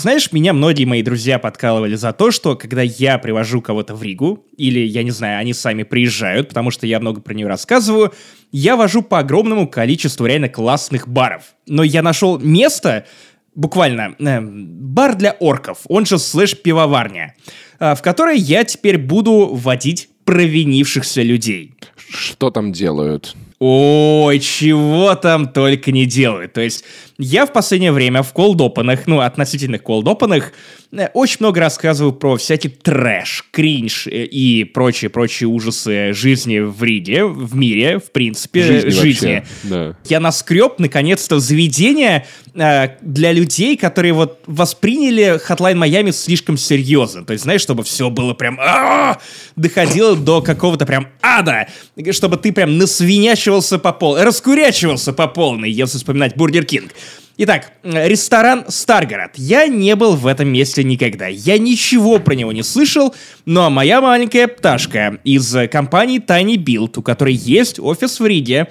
Знаешь, меня многие мои друзья подкалывали за то, что когда я привожу кого-то в Ригу, или, я не знаю, они сами приезжают, потому что я много про нее рассказываю, я вожу по огромному количеству реально классных баров. Но я нашел место, буквально, бар для орков, он же /пивоварня, в которой я теперь буду водить провинившихся людей. Что там делают? Ой, чего там только не делают. То есть я в последнее время в колд-опенах, относительных колд-опенах, очень много рассказываю про всякий трэш, кринж и прочие ужасы жизни в Риге, в мире, в принципе, жизни. Да. Я наскреб, наконец-то, заведение для людей, которые вот восприняли Hotline Miami слишком серьезно. То есть, знаешь, чтобы все было прям доходило до какого-то прям ада, чтобы ты прям насвинячивался по полной, раскурячивался по полной, если вспоминать Бургер Кинг. Итак, ресторан Старгород. Я не был в этом месте никогда. Я ничего про него не слышал, но моя маленькая пташка из компании Tiny Build, у которой есть офис в Риге,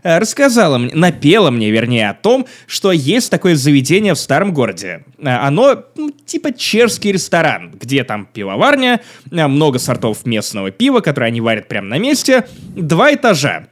напела мне о том, что есть такое заведение в старом городе. Оно, типа чешский ресторан, где там пивоварня, много сортов местного пива, которое они варят прямо на месте, 2 этажа.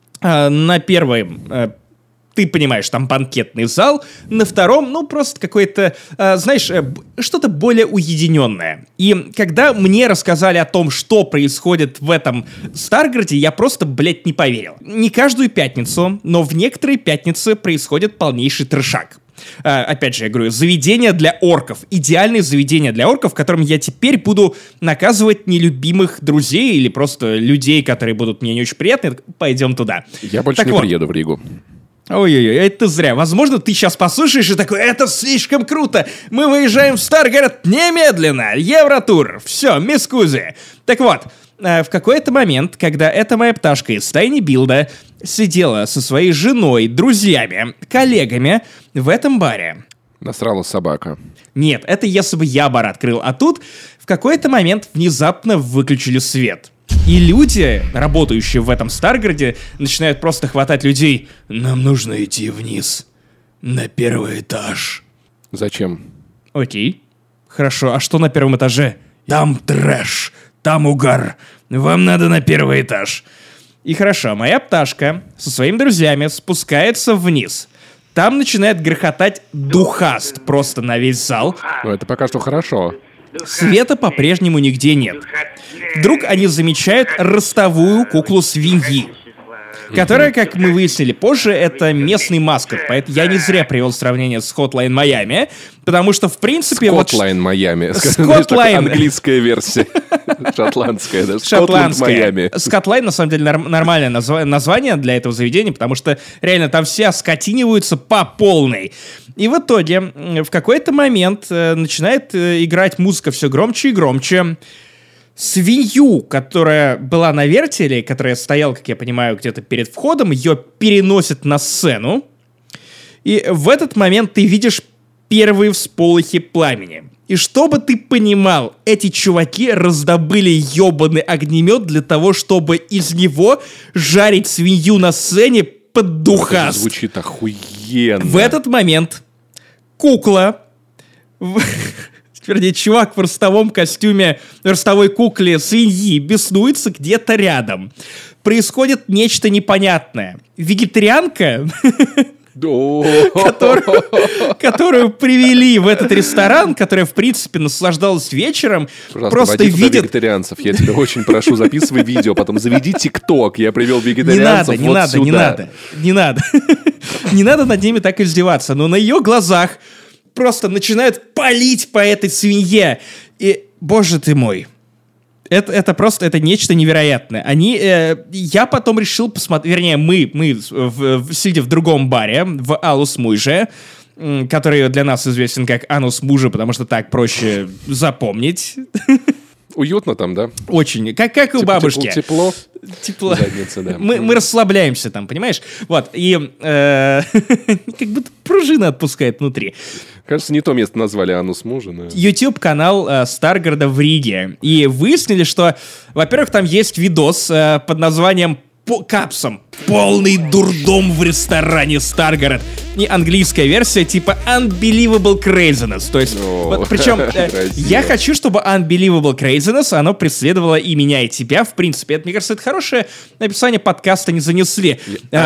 На первом... Ты понимаешь, там банкетный зал, на втором, просто какое-то, знаешь, что-то более уединенное. И когда мне рассказали о том, что происходит в этом Старгороде, я просто, не поверил. Не каждую пятницу, но в некоторые пятницы происходит полнейший трешак. Опять же, я говорю, заведение для орков. Идеальное заведение для орков, в котором я теперь буду наказывать нелюбимых друзей или просто людей, которые будут мне не очень приятны. Пойдем туда. Я больше не приеду в Ригу. Ой-ой-ой, это зря. Возможно, ты сейчас послушаешь и такой: это слишком круто. Мы выезжаем в Старгород немедленно. Евротур. Все, мискузи. Так вот, в какой-то момент, когда эта моя пташка из Tiny Build сидела со своей женой, друзьями, коллегами в этом баре. Насрала собака. Нет, это если бы я бар открыл. А тут в какой-то момент внезапно выключили свет. И люди, работающие в этом Старгороде, начинают просто хватать людей. Нам нужно идти вниз, на 1-й этаж. Зачем? Окей. Хорошо, а что на 1-м этаже? Там трэш, там угар. Вам надо на 1-й этаж. И хорошо, моя пташка со своими друзьями спускается вниз. Там начинает грохотать духаст просто на весь зал. Это пока что хорошо. Света по-прежнему нигде нет. Вдруг они замечают ростовую куклу свиньи, которая, как мы выяснили позже, это местный маскот. Поэтому я не зря привел сравнение с Hotline Miami, потому что, в принципе... Hotline Miami. Hotline. Английская версия. Шотландская, да? Шотландская. Scotland, на самом деле, нормальное название для этого заведения, потому что реально там все скотиниваются по полной. И в итоге в какой-то момент начинает играть музыка все громче и громче. Свинью, которая была на вертеле, которая стояла, как я понимаю, где-то перед входом, ее переносят на сцену. И в этот момент ты видишь первые всполохи пламени. И чтобы ты понимал, эти чуваки раздобыли ебаный огнемет для того, чтобы из него жарить свинью на сцене под духаст. Это звучит охуенно. В этот момент кукла... Вернее, чувак в ростовом костюме, ростовой кукле свиньи беснуется где-то рядом. Происходит нечто непонятное. Вегетарианка, которую привели в этот ресторан, которая, в принципе, наслаждалась вечером, просто видит... вегетарианцев. Я тебя очень прошу, записывай видео, потом заведи ТикТок. Я привел вегетарианцев Не надо. Не надо над ними так издеваться. Но на ее глазах просто начинают палить по этой свинье. И, боже ты мой, это просто, это нечто невероятное. Я потом решил посмотреть, вернее, мы сидя в другом баре, в Алус Мужа, который для нас известен как Анус Мужа, потому что так проще запомнить. Уютно там, да? Очень. Как у бабушки. Тепло. Задница, да. Мы расслабляемся там, понимаешь? Вот. И как будто пружина отпускает внутри. Кажется, не то место назвали Анус Мужа. YouTube-канал Старгорода в Риге. И выяснили, что, во-первых, там есть видос под названием полный дурдом в ресторане Старгород. И английская версия типа Unbelievable Craziness. То есть, причем я хочу, чтобы Unbelievable Craziness, оно преследовало и меня, и тебя. В принципе, это, мне кажется, это хорошее описание подкаста не занесли.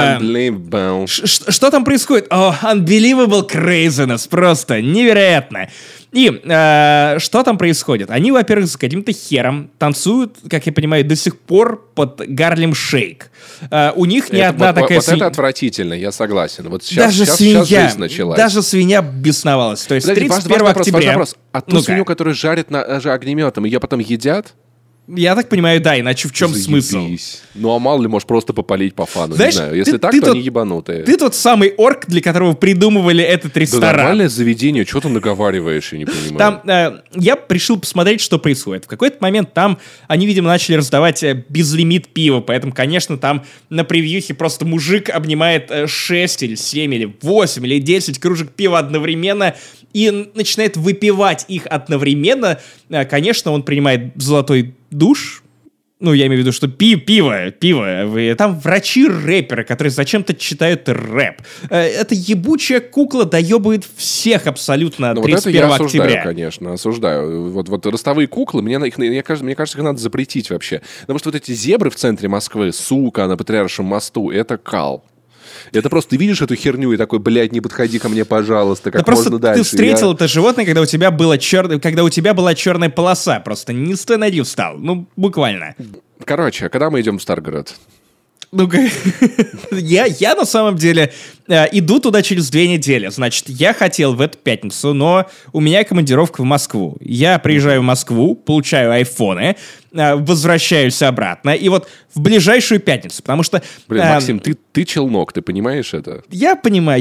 Что там происходит? Unbelievable Craziness. Просто невероятно. И что там происходит? Они, во-первых, с каким-то хером танцуют, как я понимаю, до сих пор под Гарлем Шейк. У них не одна такая свинья. Вот это отвратительно, я согласен. Вот сейчас жизнь началась. Даже свинья бесновалась. То есть 31 октября... Вопрос. А ту свинью, которую жарят огнеметом, ее потом едят? Я так понимаю, да, иначе в чем смысл? Ну, а мало ли, можешь просто попалить по фану, знаешь, не знаю. Если так, то они ебанутые. Ты тот самый орк, для которого придумывали этот ресторан. Да нормальное заведение, что ты наговариваешь, я не понимаю. Там, я решил посмотреть, что происходит. В какой-то момент там они, видимо, начали раздавать безлимит пива, поэтому, конечно, там на превьюхе просто мужик обнимает 6 или 7 или 8 или 10 кружек пива одновременно и начинает выпивать их одновременно. Конечно, он принимает золотой душ. Ну, я имею в виду, что пиво. Там врачи-рэперы, которые зачем-то читают рэп. Эта ебучая кукла доебывает всех абсолютно 31 октября. Осуждаю, конечно, осуждаю. Вот ростовые куклы, мне кажется, их надо запретить вообще. Потому что вот эти зебры в центре Москвы, сука, на Патриаршем мосту, это кал. Это просто ты видишь эту херню и такой, блядь, не подходи ко мне, пожалуйста, как можно дальше. Ты встретил это животное, когда у тебя была черная полоса. Просто не с той ноги встал. Ну, буквально. Короче, когда мы идем в Старгород? Ну-ка, я на самом деле иду туда через 2 недели. Значит, я хотел в эту пятницу, но у меня командировка в Москву. Я приезжаю в Москву, получаю айфоны, возвращаюсь обратно, и вот в ближайшую пятницу, потому что... Блин, Максим, ты челнок, ты понимаешь это? Я понимаю.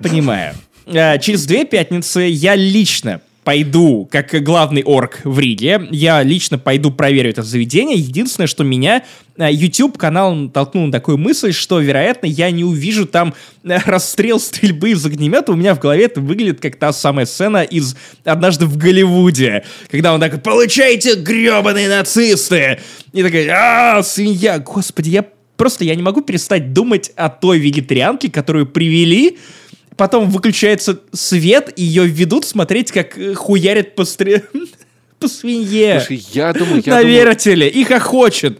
Через 2 пятницы я лично пойду, как главный орк в Риге, я лично пойду проверю это заведение. Единственное, что меня YouTube-канал толкнул на такую мысль, что, вероятно, я не увижу там расстрел стрельбы из огнемета. У меня в голове это выглядит как та самая сцена из «Однажды в Голливуде», когда он такой: «Получайте, гребаные нацисты!» И такая: свинья! Господи, я не могу перестать думать о той вегетарианке, которую привели. Потом выключается свет, и ее ведут смотреть, как хуярят по свинье. Слушай, я думаю... На вертеле. Их охочет.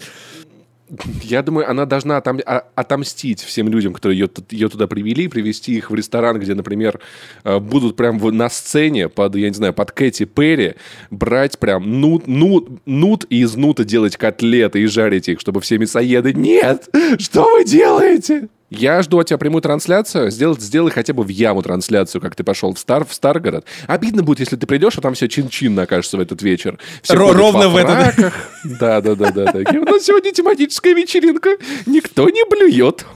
Я думаю, она должна отомстить всем людям, которые ее туда привели, привести их в ресторан, где, например, будут прям на сцене под Кэти Перри брать прям нут и из нута делать котлеты и жарить их, чтобы все мясоеды... Нет! Что вы делаете? Я жду от тебя прямую трансляцию. Сделай хотя бы в яму трансляцию, как ты пошел в Старгород. Обидно будет, если ты придешь, а там все чин-чин окажется в этот вечер. Ровно в этот. Да. У нас сегодня тематическая вечеринка. Никто не блюет.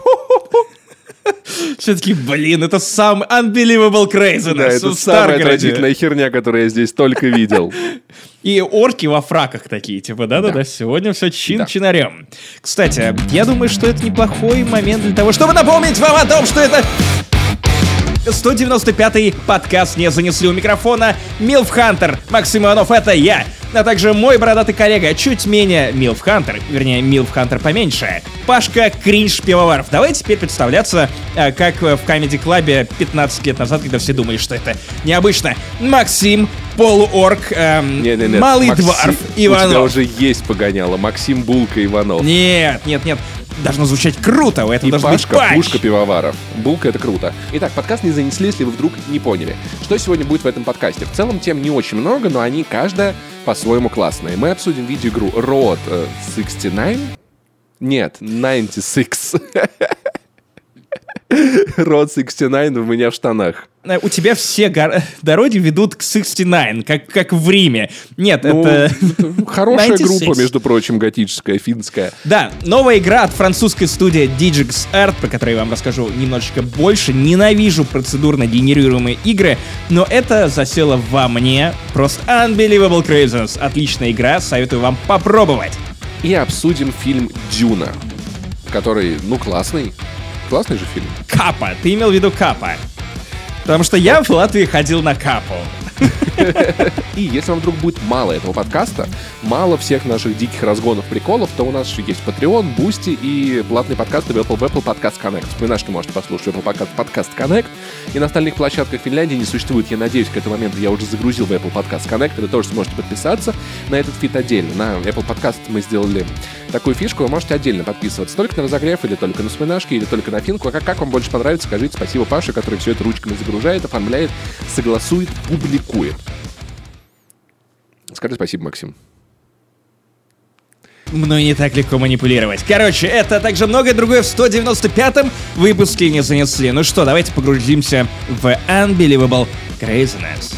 Все-таки, это самый Unbelievable Craziness. Да, это самая отвратительная херня, которую я здесь только видел. И орки во фраках такие, типа, да-да-да, сегодня все чин-чинарем. Кстати, я думаю, что это неплохой момент для того, чтобы напомнить вам о том, что это 195-й подкаст «Не занесли» у микрофона Милфхантер. Максим Иванов — это я. А также мой бородатый коллега, чуть менее Милфхантер, вернее, Милфхантер поменьше, Пашка Кринж Пивоваров. Давай теперь представляться, как в Comedy Club'е 15 лет назад, когда все думали, что это необычно. Максим, полуорк, малый Максим, дворф Иванов. У тебя уже есть погоняло. Максим Булка Иванов. Нет. Должно звучать круто, у этого и должен Пашка, быть панч. Пушка Пивоваров. Булка — это круто. Итак, подкаст не занесли, если вы вдруг не поняли. Что сегодня будет в этом подкасте? В целом тем не очень много, но они каждая по-своему классные. Мы обсудим видеоигру Road 69? Нет, 96. Road 69 у меня в штанах. У тебя все дороги ведут к 69, как в Риме. Нет, это... Хорошая группа, между прочим, готическая, финская. Да, новая игра от французской студии Digix Art, про которую я вам расскажу немножечко больше. Ненавижу процедурно генерируемые игры, но это засело во мне. Просто Unbelievable Craziness. Отличная игра, советую вам попробовать. И обсудим фильм «Дюна», который, классный. Классный же фильм. Капа. Ты имел в виду Капа. Потому что я в Латвии ходил на Капу. И если вам вдруг будет мало этого подкаста, мало всех наших диких разгонов, приколов, то у нас еще есть Patreon, Boosty и платные подкасты в Apple Podcast Connect. Вспоминашки можете послушать в Apple Podcast Connect. И на остальных площадках Финляндии не существует. Я надеюсь, к этому моменту я уже загрузил в Apple Podcast Connect. Вы тоже сможете подписаться на этот фит отдельно. На Apple Podcast мы сделали такую фишку. Вы можете отдельно подписываться только на разогрев, или только на вспоминашки, или только на финку. Как вам больше понравится, скажите. Спасибо Паше, который все это ручками загружает, оформляет, согласует, публикует. Скажи спасибо, Максим. Мной не так легко манипулировать. Короче, это также многое другое в 195-м выпуске не занесли. Ну что, давайте погрузимся в Unbelievable Craziness.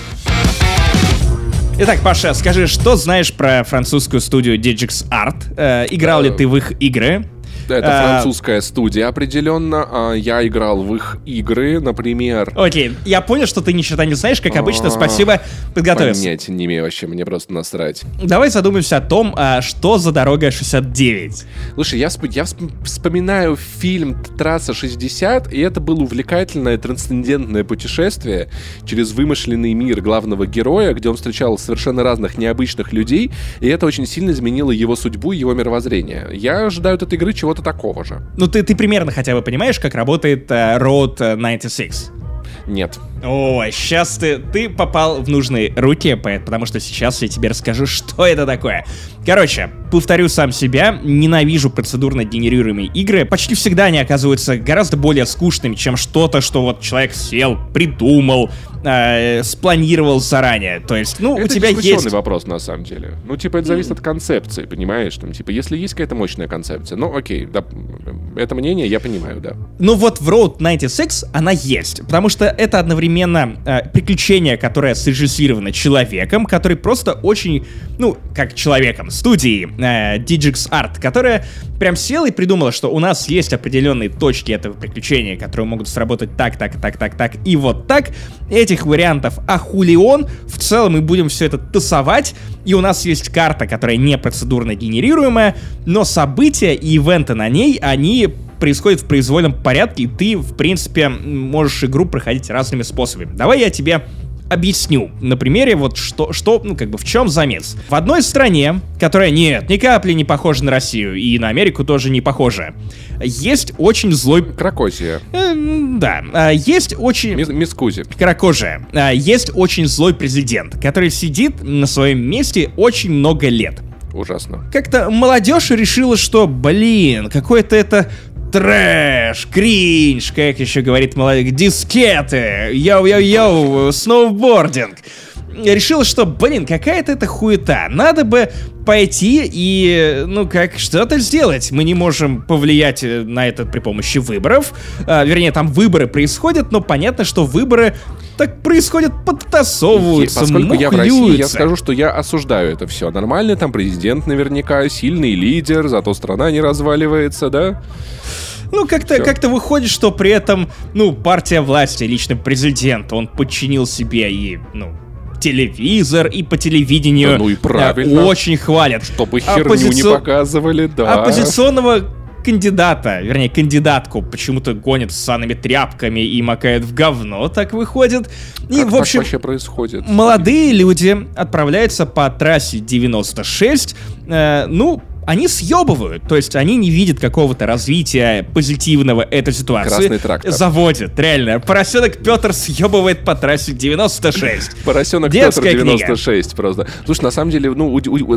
Итак, Паша, скажи, что знаешь про французскую студию Digix Art? Играл ли ты в их игры? Это французская студия, определенно. Я играл в их игры, например... Окей, я понял, что ты ни черта не знаешь, как обычно. Спасибо, подготовился. Понятия не имею вообще, мне просто насрать. Давай задумаемся о том, что за дорога 69. Слушай, я вспоминаю фильм «Трасса 60», и это было увлекательное трансцендентное путешествие через вымышленный мир главного героя, где он встречал совершенно разных необычных людей, и это очень сильно изменило его судьбу и его мировоззрение. Я ожидаю от этой игры чего-то такого же. Ну, ты примерно хотя бы понимаешь, как работает Road 96? Нет. Ой, сейчас ты попал в нужные руки, потому что сейчас я тебе расскажу, что это такое. Короче, повторю сам себя, ненавижу процедурно генерируемые игры. Почти всегда они оказываются гораздо более скучными, чем что-то, что вот человек сел, придумал, спланировал заранее. То есть, ну, это у тебя есть... Это дискуссионный вопрос, на самом деле. Ну, типа, это зависит от концепции, понимаешь? Там, типа, если есть какая-то мощная концепция, ну, окей, да, это мнение я понимаю, да. Ну, вот в Road 96 она есть, потому что это одновременно приключение, которое срежиссировано человеком, который просто очень, ну, как человеком, студией Digix Art, которая прям села и придумала, что у нас есть определенные точки этого приключения, которые могут сработать так и вот так. Этих вариантов ахулион. В целом мы будем все это тасовать, и у нас есть карта, которая не процедурно генерируемая, но события и ивенты на ней, они происходит в произвольном порядке, и ты, в принципе, можешь игру проходить разными способами. Давай я тебе объясню на примере, вот что, ну, как бы, в чем замес. В одной стране, которая, нет, ни капли не похожа на Россию, и на Америку тоже не похожа, есть очень злой... Кракозия. Да. Есть очень... Мискузи. Кракожия. Есть очень злой президент, который сидит на своем месте очень много лет. Ужасно. Как-то молодежь решила, что, блин, какой-то это... трэш, кринж, как еще говорит молодежь, дискеты, йоу-йоу-йоу, сноубординг. Решила, что, блин, какая-то это хуета. Надо бы пойти и, ну, как, что-то сделать. Мы не можем повлиять на это при помощи выборов. Вернее, там выборы происходят, но понятно, что выборы так происходят, подтасовываются, поскольку я в России, я скажу, что я осуждаю это все. Нормально, там президент наверняка, сильный лидер, зато страна не разваливается, да? Ну, как-то выходит, что при этом, ну, партия власти, лично президент, он подчинил себе и, ну, телевизор, и по телевидению ну и правильно. Очень хвалят. Чтобы херню не показывали, да. Оппозиционного кандидата, вернее, кандидатку почему-то гонят с ссаными тряпками и макают в говно, так выходит. И, как в общем, так вообще происходит? Молодые люди отправляются по трассе 96, ну, они съебывают, то есть они не видят какого-то развития позитивного этой ситуации. Красный трактор. Заводят, реально. Поросенок Петр съебывает по трассе 96. Поросенок Петр 96 просто. Слушай, на самом деле, ну,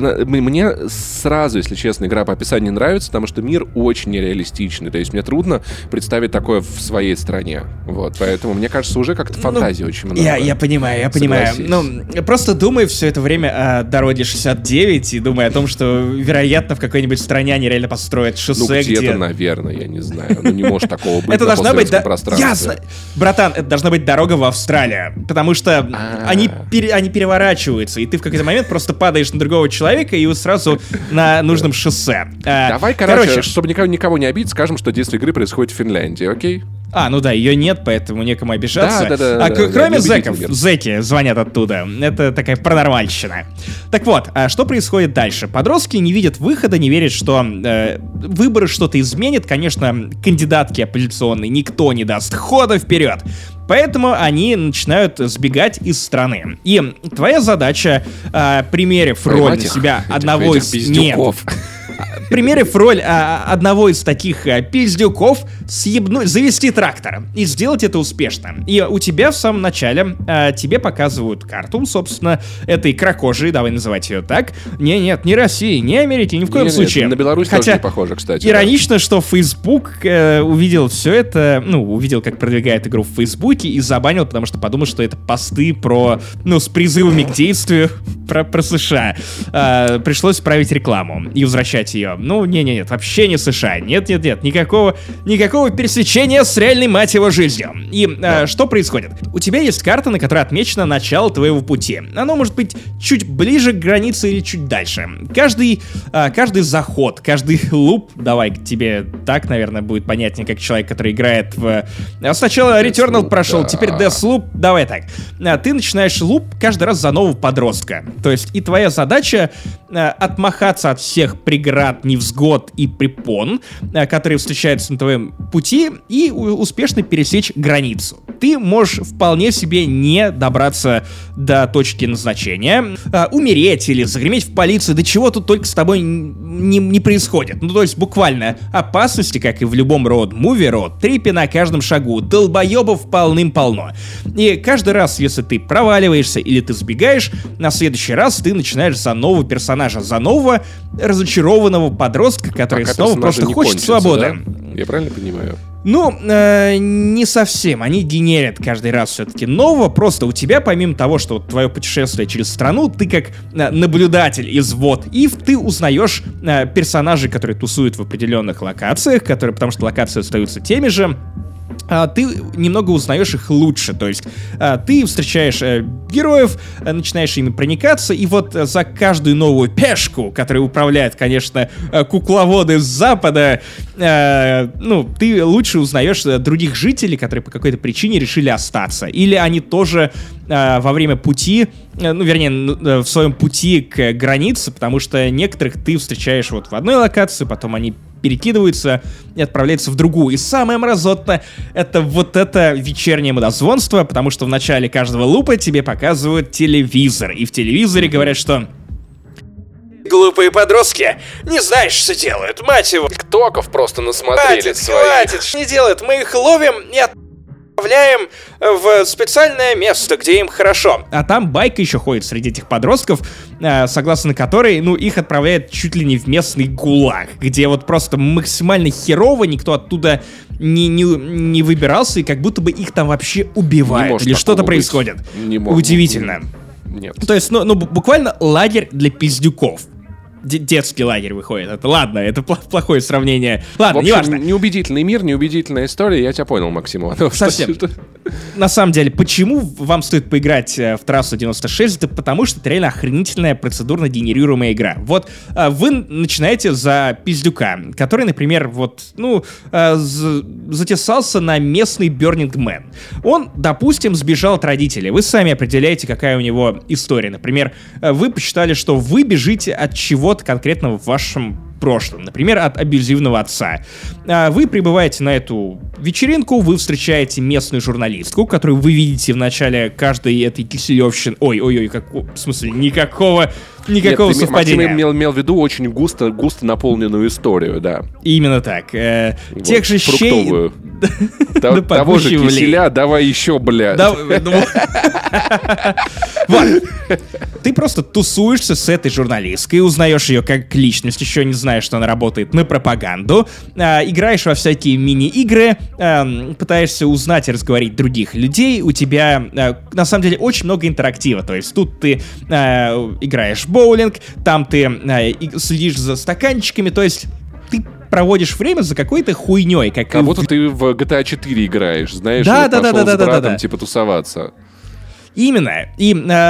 мне сразу, если честно, игра по описанию нравится, потому что мир очень нереалистичный. То есть мне трудно представить такое в своей стране. Вот, поэтому мне кажется, уже как-то фантазии очень много. Я понимаю. Ну, просто думаю все это время о дороге 69 и думаю о том, что, вероятно, в какой-нибудь стране они реально построят шоссе, ну, где-то, наверное, я не знаю. Ну, не может такого быть. Это должна быть... Ясно! Братан, это должна быть дорога в Австралию, потому что они переворачиваются, и ты в какой-то момент просто падаешь на другого человека, и вы сразу на нужном шоссе. Давай, короче, чтобы никого не обидеть, скажем, что действие игры происходит в Финляндии, окей? Ну да, ее нет, поэтому некому обижаться. Кроме зэков, зэки звонят оттуда. Это такая паранормальщина. Так вот, что происходит дальше? Подростки не видят выхода, не верят, что выборы что-то изменят. Конечно, кандидатки оппозиционные никто не даст хода вперед. Поэтому они начинают сбегать из страны. И твоя задача, примерив роль на себя одного из... Примерив роль одного из таких пиздюков, завести трактор и сделать это успешно. И у тебя в самом начале тебе показывают карту, собственно, этой кракожи, давай называть ее так. Нет, не России, не Америки, ни в коем случае. На Беларусь тоже не похоже, кстати. Иронично, что Facebook увидел все это, увидел, как продвигает игру в Фейсбуке и забанил, потому что подумал, что это посты с призывами к действию про США. Пришлось править рекламу и возвращать ее. Нет, вообще не США. Нет, никакого пересечения с реальной, мать его, жизнью. И что происходит? У тебя есть карта, на которой отмечено начало твоего пути. Оно может быть чуть ближе к границе или чуть дальше. Каждый заход, каждый луп, давай тебе так, наверное, будет понятнее, как человек, который играет в... Сначала Returnal прошел, теперь Deathloop, давай так. Ты начинаешь луп каждый раз за нового подростка. То есть и твоя задача отмахаться от всех преград, невзгод и препон, которые встречаются на твоем пути, и успешно пересечь границу. Ты можешь вполне себе не добраться до точки назначения, умереть или загреметь в полицию, до чего тут только с тобой не происходит. То есть буквально опасности, как и в любом роуд-муви, роуд-трипе на каждом шагу, долбоебов полным-полно. И каждый раз, если ты проваливаешься или ты сбегаешь, на следующий раз ты начинаешь за нового персонажа, за нового разочарованного подростка, который снова просто хочет свободы. Да? Я правильно понимаю? Не совсем. Они генерят каждый раз все-таки нового. Просто у тебя, помимо того, что твое путешествие через страну, ты как наблюдатель из What If, ты узнаешь персонажей, которые тусуют в определенных локациях, потому что локации остаются теми же. Ты немного узнаешь их лучше, то есть ты встречаешь героев, начинаешь ими проникаться, и вот за каждую новую пешку, которой управляют, конечно, кукловоды с запада, ты лучше узнаешь других жителей, которые по какой-то причине решили остаться, или они тоже во время пути, в своем пути к границе, потому что некоторых ты встречаешь вот в одной локации, потом они перекидываются и отправляются в другую. И самое мразотное — это вот это вечернее мудозвонство, потому что в начале каждого лупа тебе показывают телевизор, и в телевизоре говорят, что... Глупые подростки не знаешь, что делают, мать его. Тиктоков просто насмотрели Хватит, что не делают, мы их ловим и отправляем в специальное место, где им хорошо. А там байка еще ходит среди этих подростков, согласно которой, их отправляют чуть ли не в местный ГУЛАГ, где вот просто максимально херово, никто оттуда не выбирался, и как будто бы их там вообще убивают, или что-то происходит. Удивительно. Нет. То есть, буквально лагерь для пиздюков. Детский лагерь выходит. Это плохое сравнение. Ладно, неважно. Неубедительный мир, неубедительная история. Я тебя понял, Максим. Совсем. На самом деле, почему вам стоит поиграть в Трассу 96? Это потому, что это реально охренительная процедурно генерируемая игра. Вот вы начинаете за пиздюка, который, например, затесался на местный Burning Man. Он, допустим, сбежал от родителей. Вы сами определяете, какая у него история. Например, вы посчитали, что вы бежите от чего-то конкретного в вашем прошлом, например, от абьюзивного отца. Вы прибываете на эту вечеринку, вы встречаете местную журналистку, которую вы видите в начале каждой этой киселевщины. В смысле, никакого совпадения. Максим имел в виду очень густо наполненную историю, да. Именно так. Тех же щей... Фруктовую. Того же киселя, давай еще, блядь. Вот. Ты просто тусуешься с этой журналисткой, узнаешь ее как личность, еще не знаешь, что она работает на пропаганду, играешь во всякие мини-игры, пытаешься узнать и разговорить других людей, у тебя на самом деле очень много интерактива, то есть тут ты играешь в боулинг, там ты следишь за стаканчиками, то есть ты проводишь время за какой-то хуйней. Как будто ты в GTA 4 играешь, знаешь, да, пошел с братом, да. типа, тусоваться. Именно. И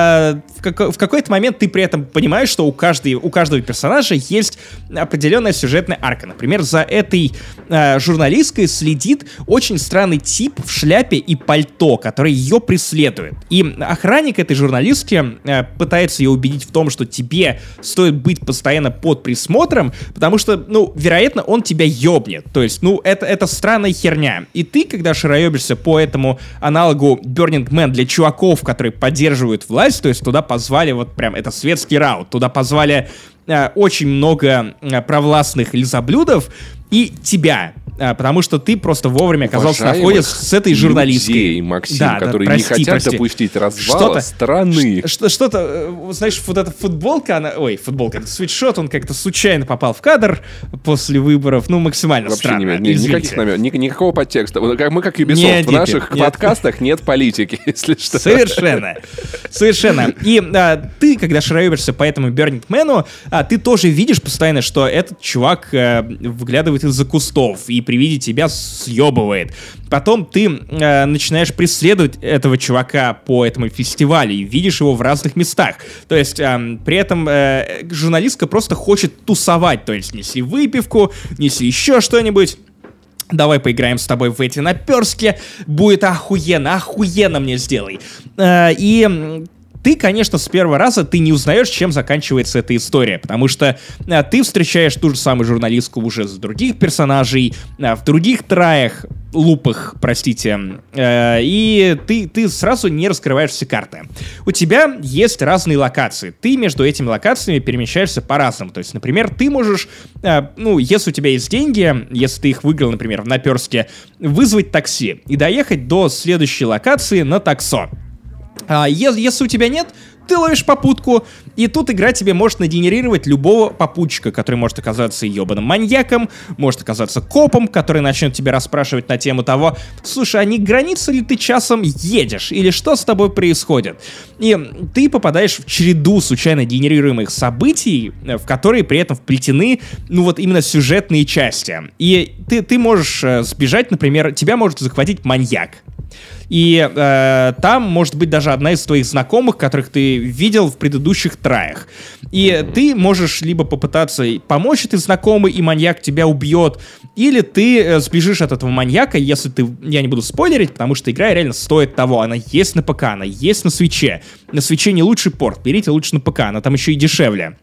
в какой-то момент ты при этом понимаешь, что у каждого персонажа есть определенная сюжетная арка. Например, за этой журналисткой следит очень странный тип в шляпе и пальто, который ее преследует. И охранник этой журналистки пытается ее убедить в том, что тебе стоит быть постоянно под присмотром, потому что, вероятно, он тебя ёбнет. То есть, это странная херня. И ты, когда шароебишься по этому аналогу Burning Man для чуваков, которые поддерживают власть, то есть туда позвали, вот прям, это светский раунд, туда позвали очень много провластных лизоблюдов и тебя, потому что ты просто вовремя оказался на входе с этой журналисткой. Людей, Максим, которые не хотят допустить развала страны. Что-то, знаешь, вот эта футболка, свитшот, он как-то случайно попал в кадр после выборов, максимально вообще странно. Никакого подтекста. Мы как Ubisoft, в наших подкастах нет политики, если что. Совершенно. И ты, когда шароебишься по этому Burning Man'у, ты тоже видишь постоянно, что этот чувак выглядывает из-за кустов и при виде тебя съебывает. Потом ты начинаешь преследовать этого чувака по этому фестивалю и видишь его в разных местах. То есть при этом журналистка просто хочет тусовать, то есть неси выпивку, неси еще что-нибудь. Давай поиграем с тобой в эти наперстки, будет охуенно мне сделай. И ты, конечно, с первого раза ты не узнаешь, чем заканчивается эта история, потому что ты встречаешь ту же самую журналистку уже с других персонажей, в других траях, лупах, простите, и ты сразу не раскрываешь все карты. У тебя есть разные локации, ты между этими локациями перемещаешься по-разному, то есть, например, ты можешь, если у тебя есть деньги, если ты их выиграл, например, в наперстке, вызвать такси и доехать до следующей локации на таксо. Если у тебя нет, ты ловишь попутку, и тут игра тебе может нагенерировать любого попутчика, который может оказаться ебаным маньяком, может оказаться копом, который начнет тебя расспрашивать на тему того, слушай, а не граница ли ты часом едешь, или что с тобой происходит? И ты попадаешь в череду случайно генерируемых событий, в которые при этом вплетены, именно сюжетные части. И ты можешь сбежать, например, тебя может захватить маньяк. И там может быть даже одна из твоих знакомых, которых ты видел в предыдущих траях. И ты можешь либо попытаться помочь этой знакомой, и маньяк тебя убьет, или ты сбежишь от этого маньяка, если я не буду спойлерить, потому что игра реально стоит того. Она есть на ПК, она есть на Свитче. На Свитче не лучший порт, берите лучше на ПК, она там еще и дешевле.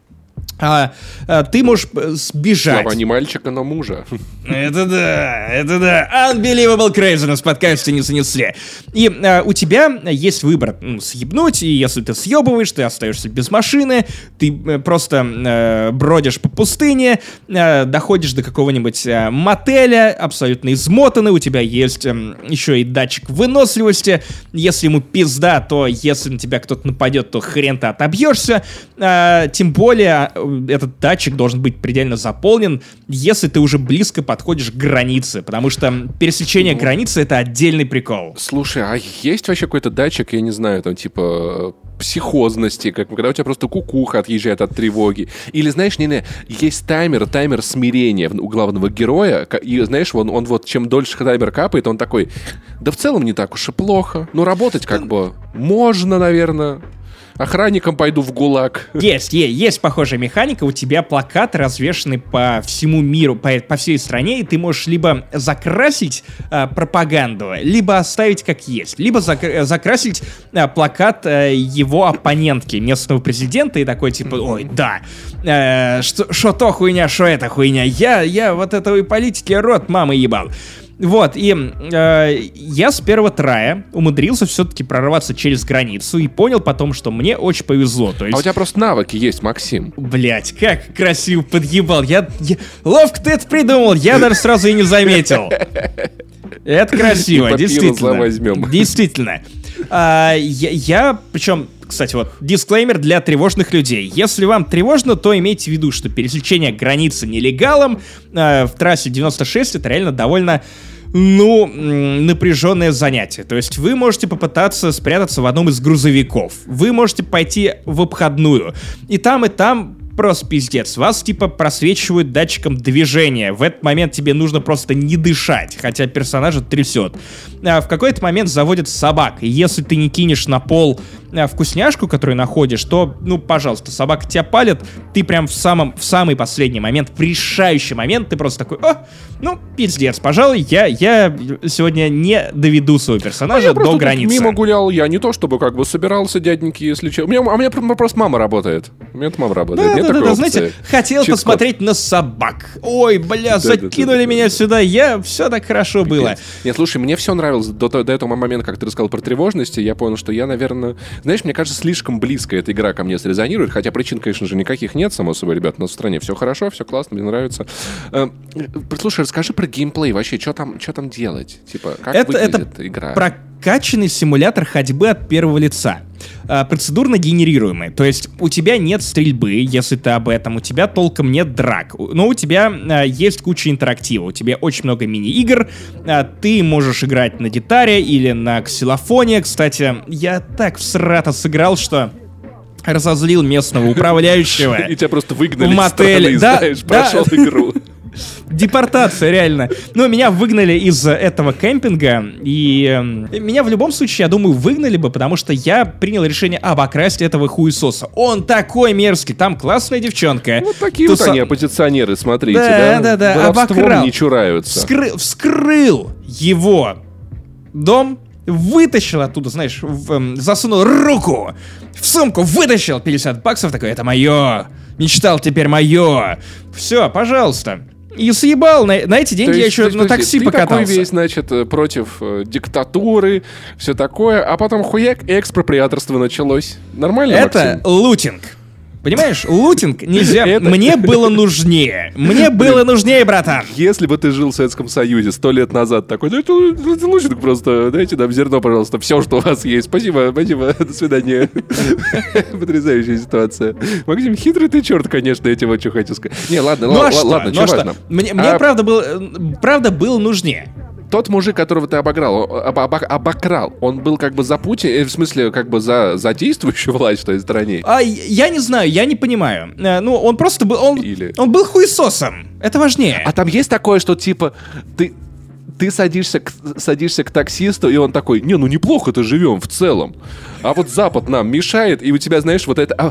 Ты можешь сбежать. Слова не мальчика, но мужа. Это да. Unbelievable craziness в подкасте не занесли. И у тебя есть выбор съебнуть, и если ты съебываешь, ты остаешься без машины, ты просто бродишь по пустыне, доходишь до какого-нибудь мотеля, абсолютно измотанный, у тебя есть еще и датчик выносливости, если ему пизда, то если на тебя кто-то нападет, то хрен ты отобьешься, тем более этот датчик должен быть предельно заполнен, если ты уже близко подходишь к границе, потому что пересечение границы — это отдельный прикол. Слушай, а есть вообще какой-то датчик, я не знаю, там типа психозности, когда у тебя просто кукуха отъезжает от тревоги? Или, знаешь, есть таймер смирения у главного героя, и, знаешь, он вот чем дольше таймер капает, он такой, да в целом не так уж и плохо, работать как бы можно, наверное. Охранником пойду в ГУЛАГ. Есть похожая механика. У тебя плакаты развешаны по всему миру, по всей стране, и ты можешь либо закрасить пропаганду, либо оставить как есть, либо закрасить плакат его оппонентки, местного президента, и такой типа, ой, да, что то хуйня, что это хуйня, я вот этой политики рот мамы ебал. Вот, и я с первого трая умудрился все-таки прорваться через границу и понял потом, что мне очень повезло. То есть... А у тебя просто навыки есть, Максим. Блять, как красиво подъебал. Ловко ты это придумал, я даже сразу и не заметил. Это красиво, действительно. Действительно. Причем, кстати, вот, дисклеймер для тревожных людей. Если вам тревожно, то имейте в виду, что пересечение границы нелегалом в трассе 96 это реально довольно, напряженное занятие. То есть вы можете попытаться спрятаться в одном из грузовиков. Вы можете пойти в обходную. И там просто пиздец. Вас, типа, просвечивают датчиком движения. В этот момент тебе нужно просто не дышать, хотя персонажа трясет. В какой-то момент заводят собак. И если ты не кинешь на пол вкусняшку, которую находишь, то, ну, пожалуйста, собака тебя палит, ты прям в самый последний момент, в решающий момент, ты просто такой, ну, пиздец, пожалуй, я сегодня не доведу своего персонажа до границы. Мимо гулял, я не то чтобы как бы собирался, дяденьки, если что. У меня просто мама работает. У меня мама работает. Да, знаете, хотел посмотреть на собак. Ой, бля, закинули меня сюда, все так хорошо было. Нет, слушай, мне все нравилось до этого момента, как ты рассказал про тревожность, я понял, что я, наверное... Знаешь, мне кажется, слишком близко эта игра ко мне срезонирует, хотя причин, конечно же, никаких нет, само собой, ребят, у нас в стране все хорошо, все классно, мне нравится. Слушай, расскажи про геймплей вообще, что там делать? Типа, как выглядит игра? Прокачанный симулятор ходьбы от первого лица. Процедурно генерируемый. То есть у тебя нет стрельбы, если ты об этом, у тебя толком нет драк, но у тебя есть куча интерактива, у тебя очень много мини-игр, ты можешь играть на гитаре или на ксилофоне. Кстати, я так всрато сыграл, что разозлил местного управляющего. И тебя просто выгнали в мотеле. Знаешь, прошел игру. Депортация, реально. Ну, меня выгнали из этого кемпинга, и меня в любом случае, я думаю, выгнали бы, потому что я принял решение обокрасть этого хуесоса. Он такой мерзкий, там классная девчонка. Вот такие вот они, оппозиционеры, смотрите, да? Да, обокрал. Не чураются. Вскрыл его дом, вытащил оттуда, знаешь, засунул руку в сумку, вытащил $50, такой, это мое, мечтал, теперь мое. Все, пожалуйста. И съебал, на эти деньги я еще на такси покатался. Ты такой весь, значит, против диктатуры, все такое, а потом хуяк, и экспроприаторство началось. Нормально, Это Максим? лутинг. Понимаешь, лутинг нельзя... Мне было нужнее. Мне было нужнее, братан. Если бы ты жил в Советском Союзе 100 лет назад, такой, да это лутинг просто, дайте нам зерно, пожалуйста, все, что у вас есть. Спасибо, до свидания. Потрясающая ситуация. Максим, хитрый ты черт, конечно, я тебе вот что хотел сказать. Не, ладно, что важно. Мне правда было нужнее. Тот мужик, которого ты обокрал, он был как бы за Путин, в смысле, как бы за действующую власть в той стране? Я не знаю, я не понимаю. Ну, он просто был... Он был хуесосом. Это важнее. А там есть такое, что типа... Ты садишься к таксисту, и он такой, не, ну неплохо-то живем в целом. А вот Запад нам мешает, и у тебя, знаешь,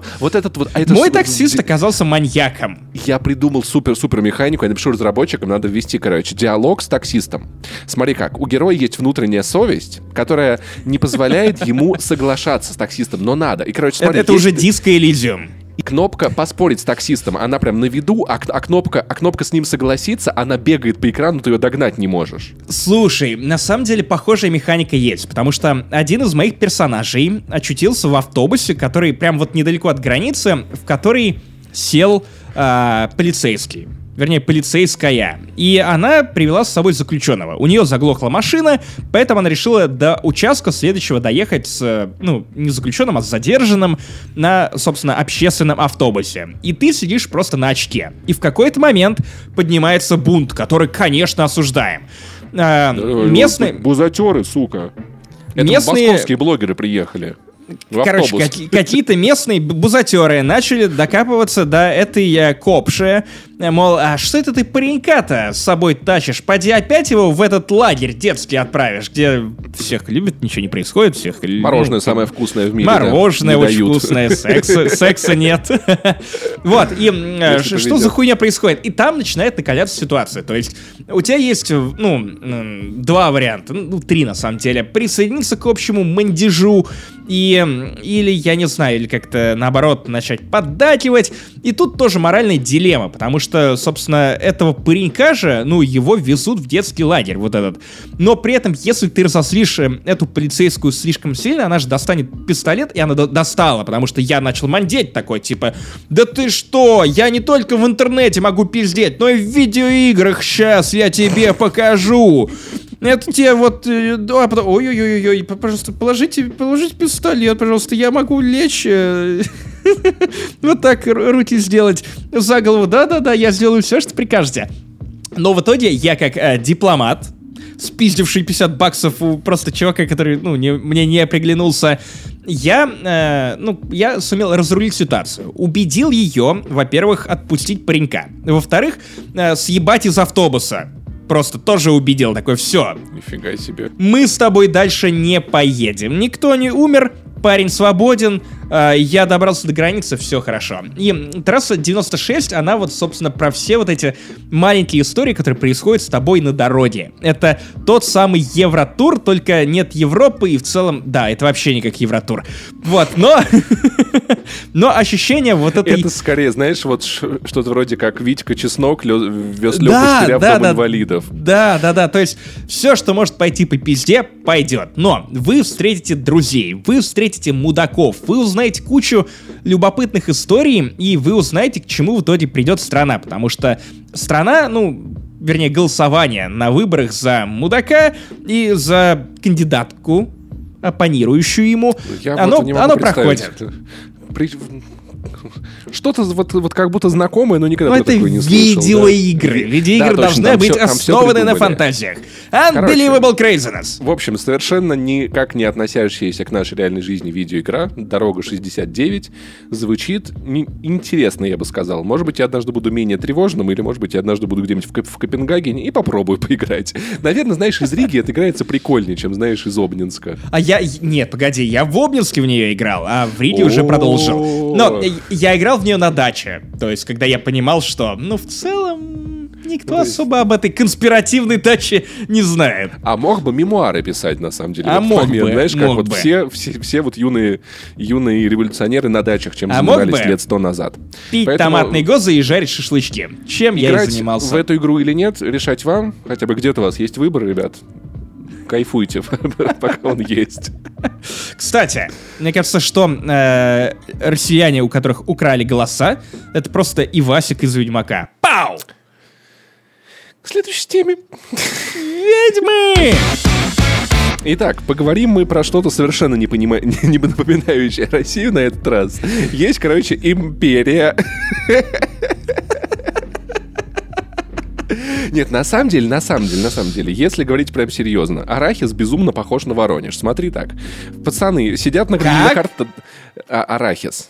Мой таксист оказался маньяком. Я придумал супер-супер механику, я напишу разработчикам, надо ввести, диалог с таксистом. Смотри как, у героя есть внутренняя совесть, которая не позволяет ему соглашаться с таксистом, но надо. И, смотри, это уже Disco Elysium. И кнопка «Поспорить с таксистом», она прям на виду, а кнопка «С ним согласиться», она бегает по экрану, ты ее догнать не можешь. Слушай, на самом деле похожая механика есть, потому что один из моих персонажей очутился в автобусе, который прям вот недалеко от границы, в который сел полицейский. Вернее, полицейская. И она привела с собой заключенного. У нее заглохла машина, поэтому она решила до участка следующего доехать с, не заключенным, а с задержанным на, собственно, общественном автобусе. И ты сидишь просто на очке. И в какой-то момент поднимается бунт, который, конечно, осуждаем. Местные... Бузатеры, сука. Это московские блогеры приехали. Короче, какие-то местные бузатеры начали докапываться до этой копши. Мол, а что это ты паренька-то с собой тащишь? Поди опять его в этот лагерь детский отправишь, где всех любят, ничего не происходит, всех... Мороженое самое вкусное в мире. Мороженое очень вкусное, секса нет. Вот, и что за хуйня происходит? И там начинает накаляться ситуация. То есть у тебя есть, два варианта, три на самом деле. Присоединиться к общему мандежу, или, я не знаю, или как-то, наоборот, начать поддакивать. И тут тоже моральная дилемма, потому что, собственно, этого паренька же, его везут в детский лагерь, вот этот. Но при этом, если ты разослишь эту полицейскую слишком сильно, она же достанет пистолет, и она достала, потому что я начал мандеть такой, типа, да ты что, я не только в интернете могу пиздеть, но и в видеоиграх сейчас я тебе покажу. Это тебе вот... Ой-ой-ой, пожалуйста, положите пистолет, пожалуйста, я могу лечь... Вот так руки сделать за голову. Да-да-да, я сделаю все, что прикажете. Но в итоге я как дипломат спиздивший $50 у просто чувака, который, мне не приглянулся. Я сумел разрулить ситуацию. Убедил ее, во-первых, отпустить паренька. Во-вторых, съебать из автобуса. Просто тоже убедил, такой, все. Нифига себе. Мы с тобой дальше не поедем. Никто не умер, парень свободен, я добрался до границы, все хорошо. И трасса 96, она вот, собственно, про все вот эти маленькие истории, которые происходят с тобой на дороге. Это тот самый Евротур, только нет Европы, и в целом, да, это вообще не как Евротур. Вот, но ощущение вот этой... Это скорее, знаешь, вот что-то вроде как Витька Чеснок вез Лёху Штыря в Дом инвалидов. Да, то есть все, что может пойти по пизде, пойдет. Но вы встретите друзей, вы встретите мудаков, вы узнаете кучу любопытных историй, и вы узнаете, к чему в итоге придет страна, потому что страна, вернее, голосование на выборах за мудака и за кандидатку, оппонирующую ему, оно проходит. Что-то вот как будто знакомое, но никогда такое не слышал. Видеоигры. Да. Видеоигры должны быть основаны на фантазиях. Unbelievable craziness. В общем, совершенно никак не относящаяся к нашей реальной жизни видеоигра «Дорога 69» звучит интересно, я бы сказал. Может быть, я однажды буду менее тревожным, или, может быть, я однажды буду где-нибудь в Копенгагене и попробую поиграть. Наверное, знаешь, из Риги это играется прикольнее, чем, знаешь, из Обнинска. Нет, погоди, я в Обнинске в нее играл, а в Риге уже продолжил. Но я играл в нее на даче. То есть, когда я понимал, что, в целом, никто особо об этой конспиративной даче не знает. А мог бы мемуары писать, на самом деле. Мог бы. Знаешь, как вот все вот юные революционеры на дачах, чем занимались лет 100 назад. Пить томатный гозы и жарить шашлычки. Чем я и занимался. В эту игру или нет, решать вам. Хотя бы где-то у вас есть выбор, ребят. Кайфуйте, пока он есть. Кстати, мне кажется, что россияне, у которых украли голоса, это просто Ивасик из Ведьмака. Пау! К следующей теме. Ведьмы! Итак, поговорим мы про что-то совершенно не напоминающее Россию на этот раз. Есть, империя. Нет, на самом деле, если говорить прям серьезно, Арахис безумно похож на Воронеж. Смотри так. Пацаны сидят на карте... Арахис.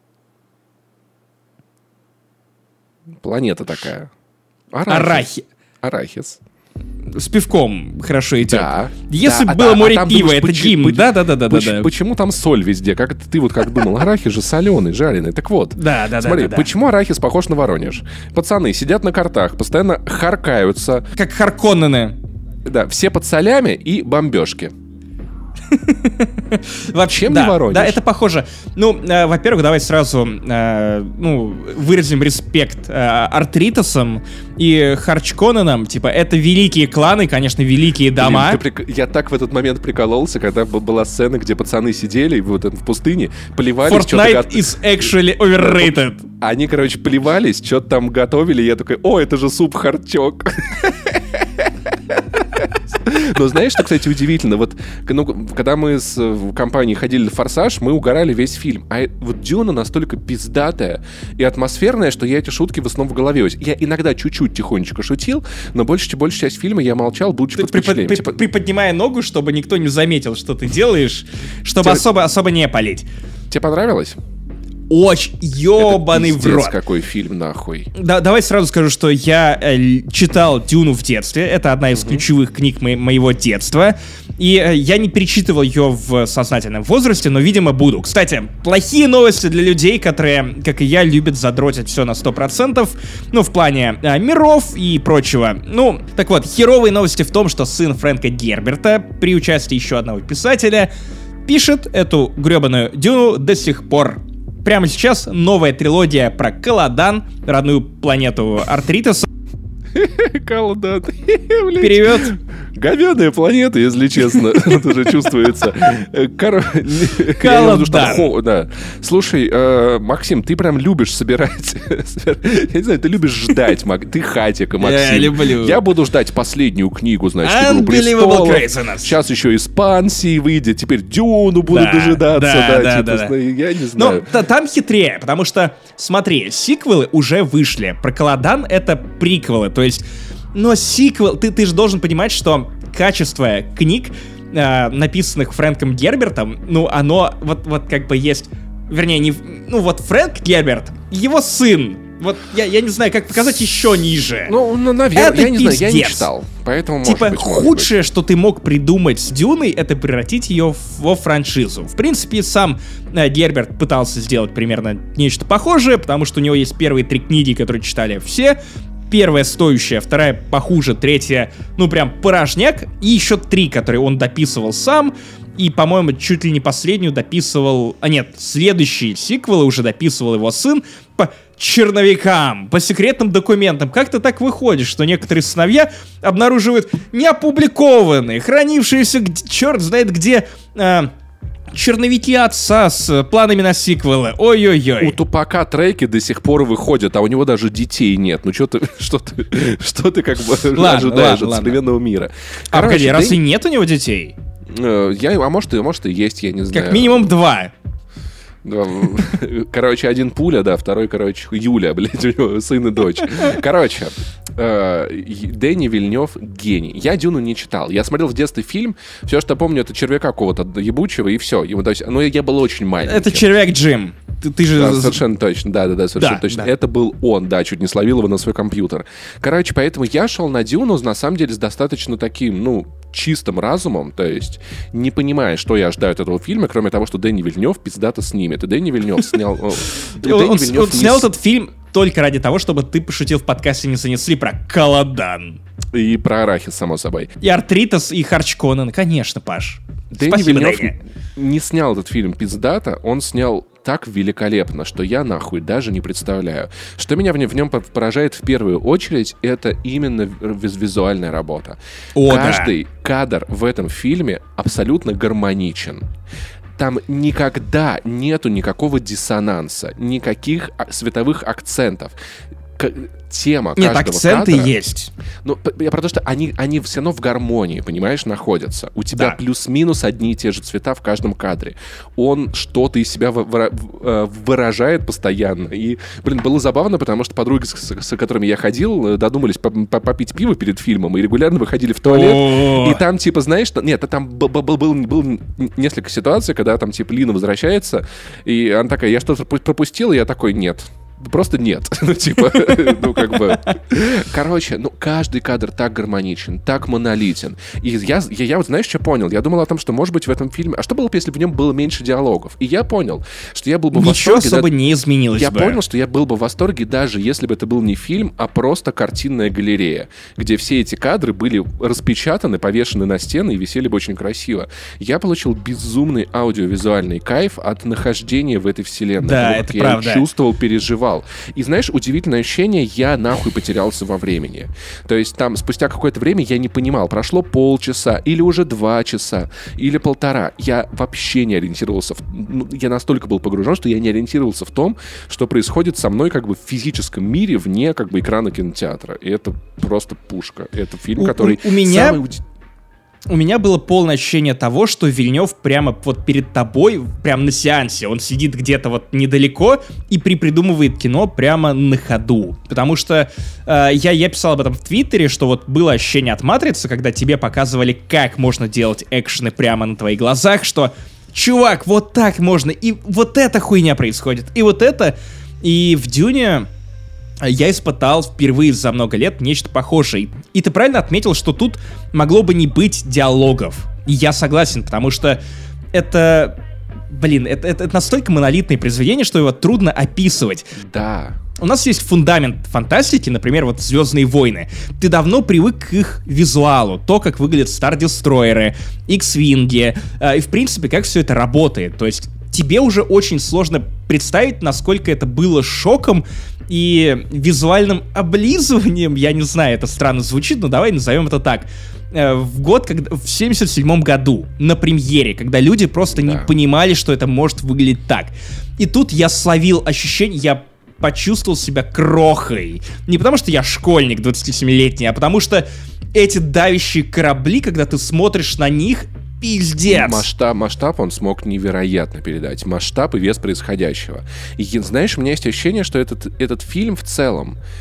Планета такая. Арахис. С пивком хорошо идет. Да. Если бы было море пива, это гимн. Да. Почему там соль везде? Как ты думал? Арахис же соленый, жареный. Так вот. Да. Смотри, почему Арахис похож на Воронеж? Пацаны сидят на картах, постоянно харкаются. Как Харконнены. Да, все под солями и бомбежки. Вообще, чем не Воронеж? Да, это похоже. Во-первых, давай сразу выразим респект Артритосам и Харчконненам. Это великие кланы, конечно, великие дома. Я так в этот момент прикололся, когда была сцена, где пацаны сидели в пустыне, плевались. Fortnite is actually overrated. Они, плевались, что-то там готовили, и я такой, это же суп-харчок. Но знаешь, что, кстати, удивительно? Вот, когда мы с компанией ходили в «Форсаж», мы угорали весь фильм. А вот «Дюна» настолько пиздатая и атмосферная, что я эти шутки в основном в голове. Я иногда чуть-чуть тихонечко шутил, но большую часть фильма я молчал, будучи под впечатлением. Приподнимая ногу, чтобы никто не заметил, что ты делаешь, чтобы особо не палить. Тебе понравилось? Очень ёбаный в рот. Какой фильм, нахуй. Давай сразу скажу, что я читал «Дюну» в детстве. Это одна из ключевых книг моего детства. И я не перечитывал ее в сознательном возрасте, но, видимо, буду. Кстати, плохие новости для людей, которые, как и я, любят задротить все на 100%. В плане миров и прочего. Так вот, херовые новости в том, что сын Фрэнка Герберта, при участии еще одного писателя, пишет эту гребаную «Дюну» до сих пор. Прямо сейчас новая трилогия про Каладан, родную планету Артритоса. Каладан. Перевод. Говёная планета, если честно. Это уже чувствуется. Каладан. Да. Слушай, Максим, ты прям любишь собирать. Я не знаю, ты любишь ждать. Ты хатика, Максим. Я люблю. Я буду ждать последнюю книгу, значит, «Игру престолов». Сейчас еще «Испансии» выйдет. Теперь «Дюну» буду дожидаться. Да. Я не знаю. Но там хитрее, потому что, смотри, сиквелы уже вышли. Про Каладан — это приквелы. То есть, но сиквел, ты же должен понимать, что качество книг, написанных Фрэнком Гербертом, ну, оно вот как бы есть... Вернее, не... Ну, вот Фрэнк Герберт, его сын. Вот я не знаю, как показать еще ниже. Ну, наверное, я не знаю, я не читал. Поэтому, типа, худшее, что ты мог придумать с Дюной, это превратить ее во франшизу. В принципе, сам Герберт пытался сделать примерно нечто похожее, потому что у него есть первые 3 книги, которые читали все. Первая стоящая, вторая похуже, третья, ну, прям порожняк. И еще 3, которые он дописывал сам. И, по-моему, чуть ли не последнюю дописывал... А нет, следующие сиквелы уже дописывал его сын по черновикам, по секретным документам. Как-то так выходит, что некоторые сыновья обнаруживают неопубликованные, хранившиеся черт знает где... черновики отца с планами на сиквелы. Ой-ой-ой. У Тупака треки до сих пор выходят, а у него даже детей нет. Ну что ты как бы ожидаешь от современного мира? А погоди, разве нет у него детей? А может и есть, я не знаю. Как минимум 2. Короче, один Пуля, да, второй, короче, Юля, блядь, у него сын и дочь. Короче, Дени Вильнёв гений. Я Дюну не читал. Я смотрел в детстве фильм, все, что помню, это червяка какого-то ебучего, и все. Но я был очень маленький. Это червяк Джим. Ты же... Да, совершенно точно, да, совершенно точно. Да. Это был он, да, чуть не словил его на свой компьютер. Короче, поэтому я шел на Дюну, на самом деле, с достаточно таким, ну, чистым разумом, то есть не понимая, что я ожидаю от этого фильма, кроме того, что Дени Вильнёв пиздато снимет. И Дени Вильнёв снял... Он снял этот фильм только ради того, чтобы ты пошутил в подкасте «Не занесли» про Каладан. И про арахис, само собой. И Артритас, и Харч Конан. Конечно, Паш. Дени Вильнёв не снял этот фильм пиздато, он снял так великолепно, что я нахуй даже не представляю. Что меня в нем поражает в первую очередь, это именно визуальная работа. Каждый кадр в этом фильме абсолютно гармоничен. Там никогда нету никакого диссонанса, никаких световых акцентов. Тема Нет, каждого акценты кадра, есть. Ну, я про то, что они все равно в гармонии, понимаешь, находятся. У тебя плюс-минус одни и те же цвета в каждом кадре. Он что-то из себя выражает постоянно. И, было забавно, потому что подруги, с которыми я ходил, додумались попить пиво перед фильмом и регулярно выходили в туалет. И там, типа, знаешь, нет, там было несколько ситуаций, когда там, типа, Лина возвращается, и она такая, я что-то пропустила, и я такой, нет. Просто нет. Короче, каждый кадр так гармоничен, так монолитен. И я вот знаешь, что понял? Я думал о том, что, может быть, в этом фильме... А что было бы, если бы в нем было меньше диалогов? И я понял, что я был бы в восторге... Ничего особо не изменилось бы. Я понял, что я был бы в восторге, даже если бы это был не фильм, а просто картинная галерея, где все эти кадры были распечатаны, повешены на стены и висели бы очень красиво. Я получил безумный аудиовизуальный кайф от нахождения в этой вселенной. Да, это правда. Я чувствовал, переживал. И знаешь, удивительное ощущение, я нахуй потерялся во времени. То есть там спустя какое-то время я не понимал, прошло полчаса, или уже 2 часа, или 1,5. Я вообще не ориентировался. Я настолько был погружен, что я не ориентировался в том, что происходит со мной как бы в физическом мире вне как бы экрана кинотеатра. И это просто пушка. Это фильм, который... У меня было полное ощущение того, что Вильнёв прямо вот перед тобой, прямо на сеансе, он сидит где-то вот недалеко и придумывает кино прямо на ходу. Потому что я писал об этом в Твиттере, что вот было ощущение от «Матрицы», когда тебе показывали, как можно делать экшены прямо на твоих глазах, что, чувак, вот так можно, и вот эта хуйня происходит, и вот это, и в «Дюне» я испытал впервые за много лет нечто похожее. И ты правильно отметил, что тут могло бы не быть диалогов. И я согласен, потому что это... это настолько монолитное произведение, что его трудно описывать. Да. У нас есть фундамент фантастики, например, вот «Звездные войны». Ты давно привык к их визуалу, то, как выглядят стар-дестройеры, X-винги, и, в принципе, как все это работает. То есть тебе уже очень сложно представить, насколько это было шоком и визуальным облизыванием, я не знаю, это странно звучит, но давай назовем это так. В 77-м году, на премьере, когда люди просто не понимали, что это может выглядеть так. И тут я словил ощущение, я почувствовал себя крохой. Не потому что я школьник 27-летний, а потому что эти давящие корабли, когда ты смотришь на них, пиздец. Масштаб он смог невероятно передать. Масштаб и вес происходящего. И знаешь, у меня есть ощущение, что этот фильм в целом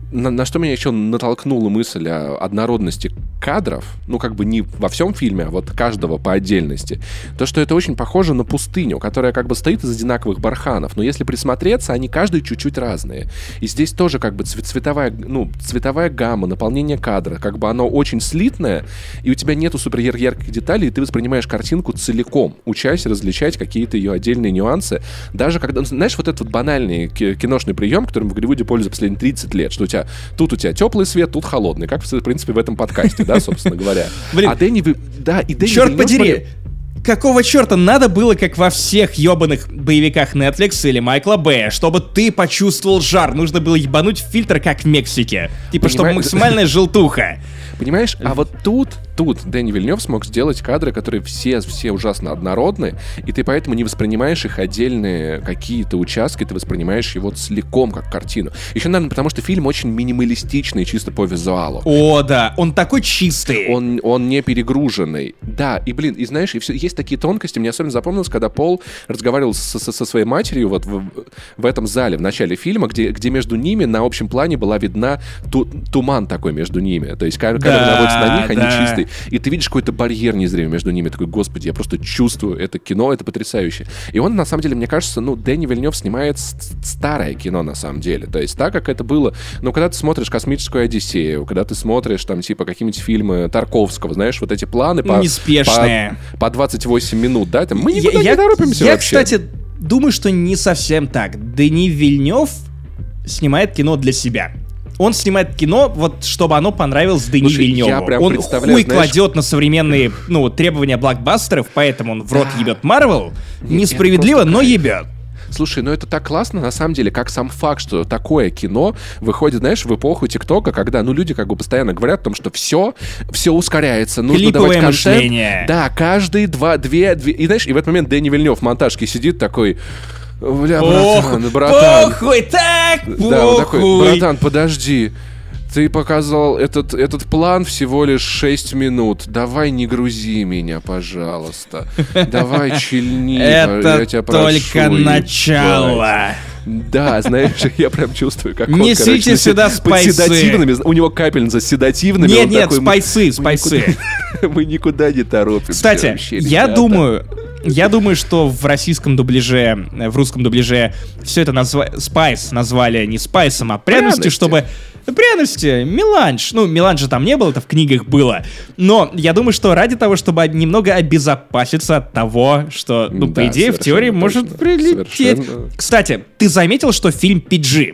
на что меня еще натолкнула мысль о однородности кадров, ну, как бы не во всем фильме, а вот каждого по отдельности, то, что это очень похоже на пустыню, которая как бы стоит из одинаковых барханов, но если присмотреться, они каждый чуть-чуть разные. И здесь тоже как бы цветовая гамма, наполнение кадра, как бы оно очень слитное, и у тебя нету супер ярких деталей, и ты воспринимаешь картинку целиком, учась различать какие-то ее отдельные нюансы. Даже когда, знаешь, вот этот вот банальный киношный прием, которым в Голливуде пользуются последние 30 лет, что у тебя теплый свет, тут холодный, как, в принципе, в этом подкасте, да, собственно говоря. Блин, черт подери, какого черта надо было, как во всех ебаных боевиках Netflix или Майкла Бэя, чтобы ты почувствовал жар? Нужно было ебануть фильтр, как в Мексике. Типа, чтобы максимальная желтуха. Понимаешь? А вот тут Дэнни Вильнёв смог сделать кадры, которые все ужасно однородны, и ты поэтому не воспринимаешь их отдельные какие-то участки, ты воспринимаешь его целиком, как картину. Еще, наверное, потому что фильм очень минималистичный чисто по визуалу. О, да, он такой чистый. Он не перегруженный. Да, и, блин, и знаешь, и все, есть такие тонкости. Мне особенно запомнилось, когда Пол разговаривал со своей матерью вот в этом зале, в начале фильма, где между ними на общем плане была видна туман такой между ними. То есть камера наводится на них, они чистые. И ты видишь какой-то барьер незримый между ними. Такой, господи, я просто чувствую это кино, это потрясающе. И он, на самом деле, мне кажется, Дэнни Вильнёв снимает старое кино, на самом деле. То есть так, как это было. Когда ты смотришь «Космическую Одиссею», когда ты смотришь, там, типа, какие-нибудь фильмы Тарковского, знаешь, вот эти планы неспешные. По 28 минут, да? Там, мы никуда не торопимся вообще. Я, кстати, думаю, что не совсем так. Дэнни Вильнёв снимает кино для себя. Он снимает кино, вот чтобы оно понравилось Дэнни Вильнёву. Он хуй кладет на современные требования блокбастеров, поэтому он в рот ебет Марвел. Несправедливо, но ебет. Слушай, это так классно, на самом деле, как сам факт, что такое кино выходит, знаешь, в эпоху ТикТока, когда, люди как бы постоянно говорят о том, что все ускоряется, нужно клиповое давать контент. Мышление. Да, каждый две, и знаешь, и в этот момент Дэнни Вильнёв в монтажке сидит такой... Бля, братан. Похуй, так, похуй. Да, он такой, братан, подожди. Ты показал этот план всего лишь 6 минут. Давай не грузи меня, пожалуйста. Давай чильни, я тебя прошу. Это только начало. Да, знаешь, я прям чувствую, как он, несите сюда спайсы. У него капельница с седативными. Нет, спайсы. Мы никуда не торопимся. Кстати, я думаю, что в русском дубляже все это спайс назвали не спайсом, а пряностью, чтобы... Пряности, меланж. Меланжа там не было, это в книгах было. Но я думаю, что ради того, чтобы немного обезопаситься от того, что, по идее, в теории может прилететь. Кстати, ты заметил, что фильм PG?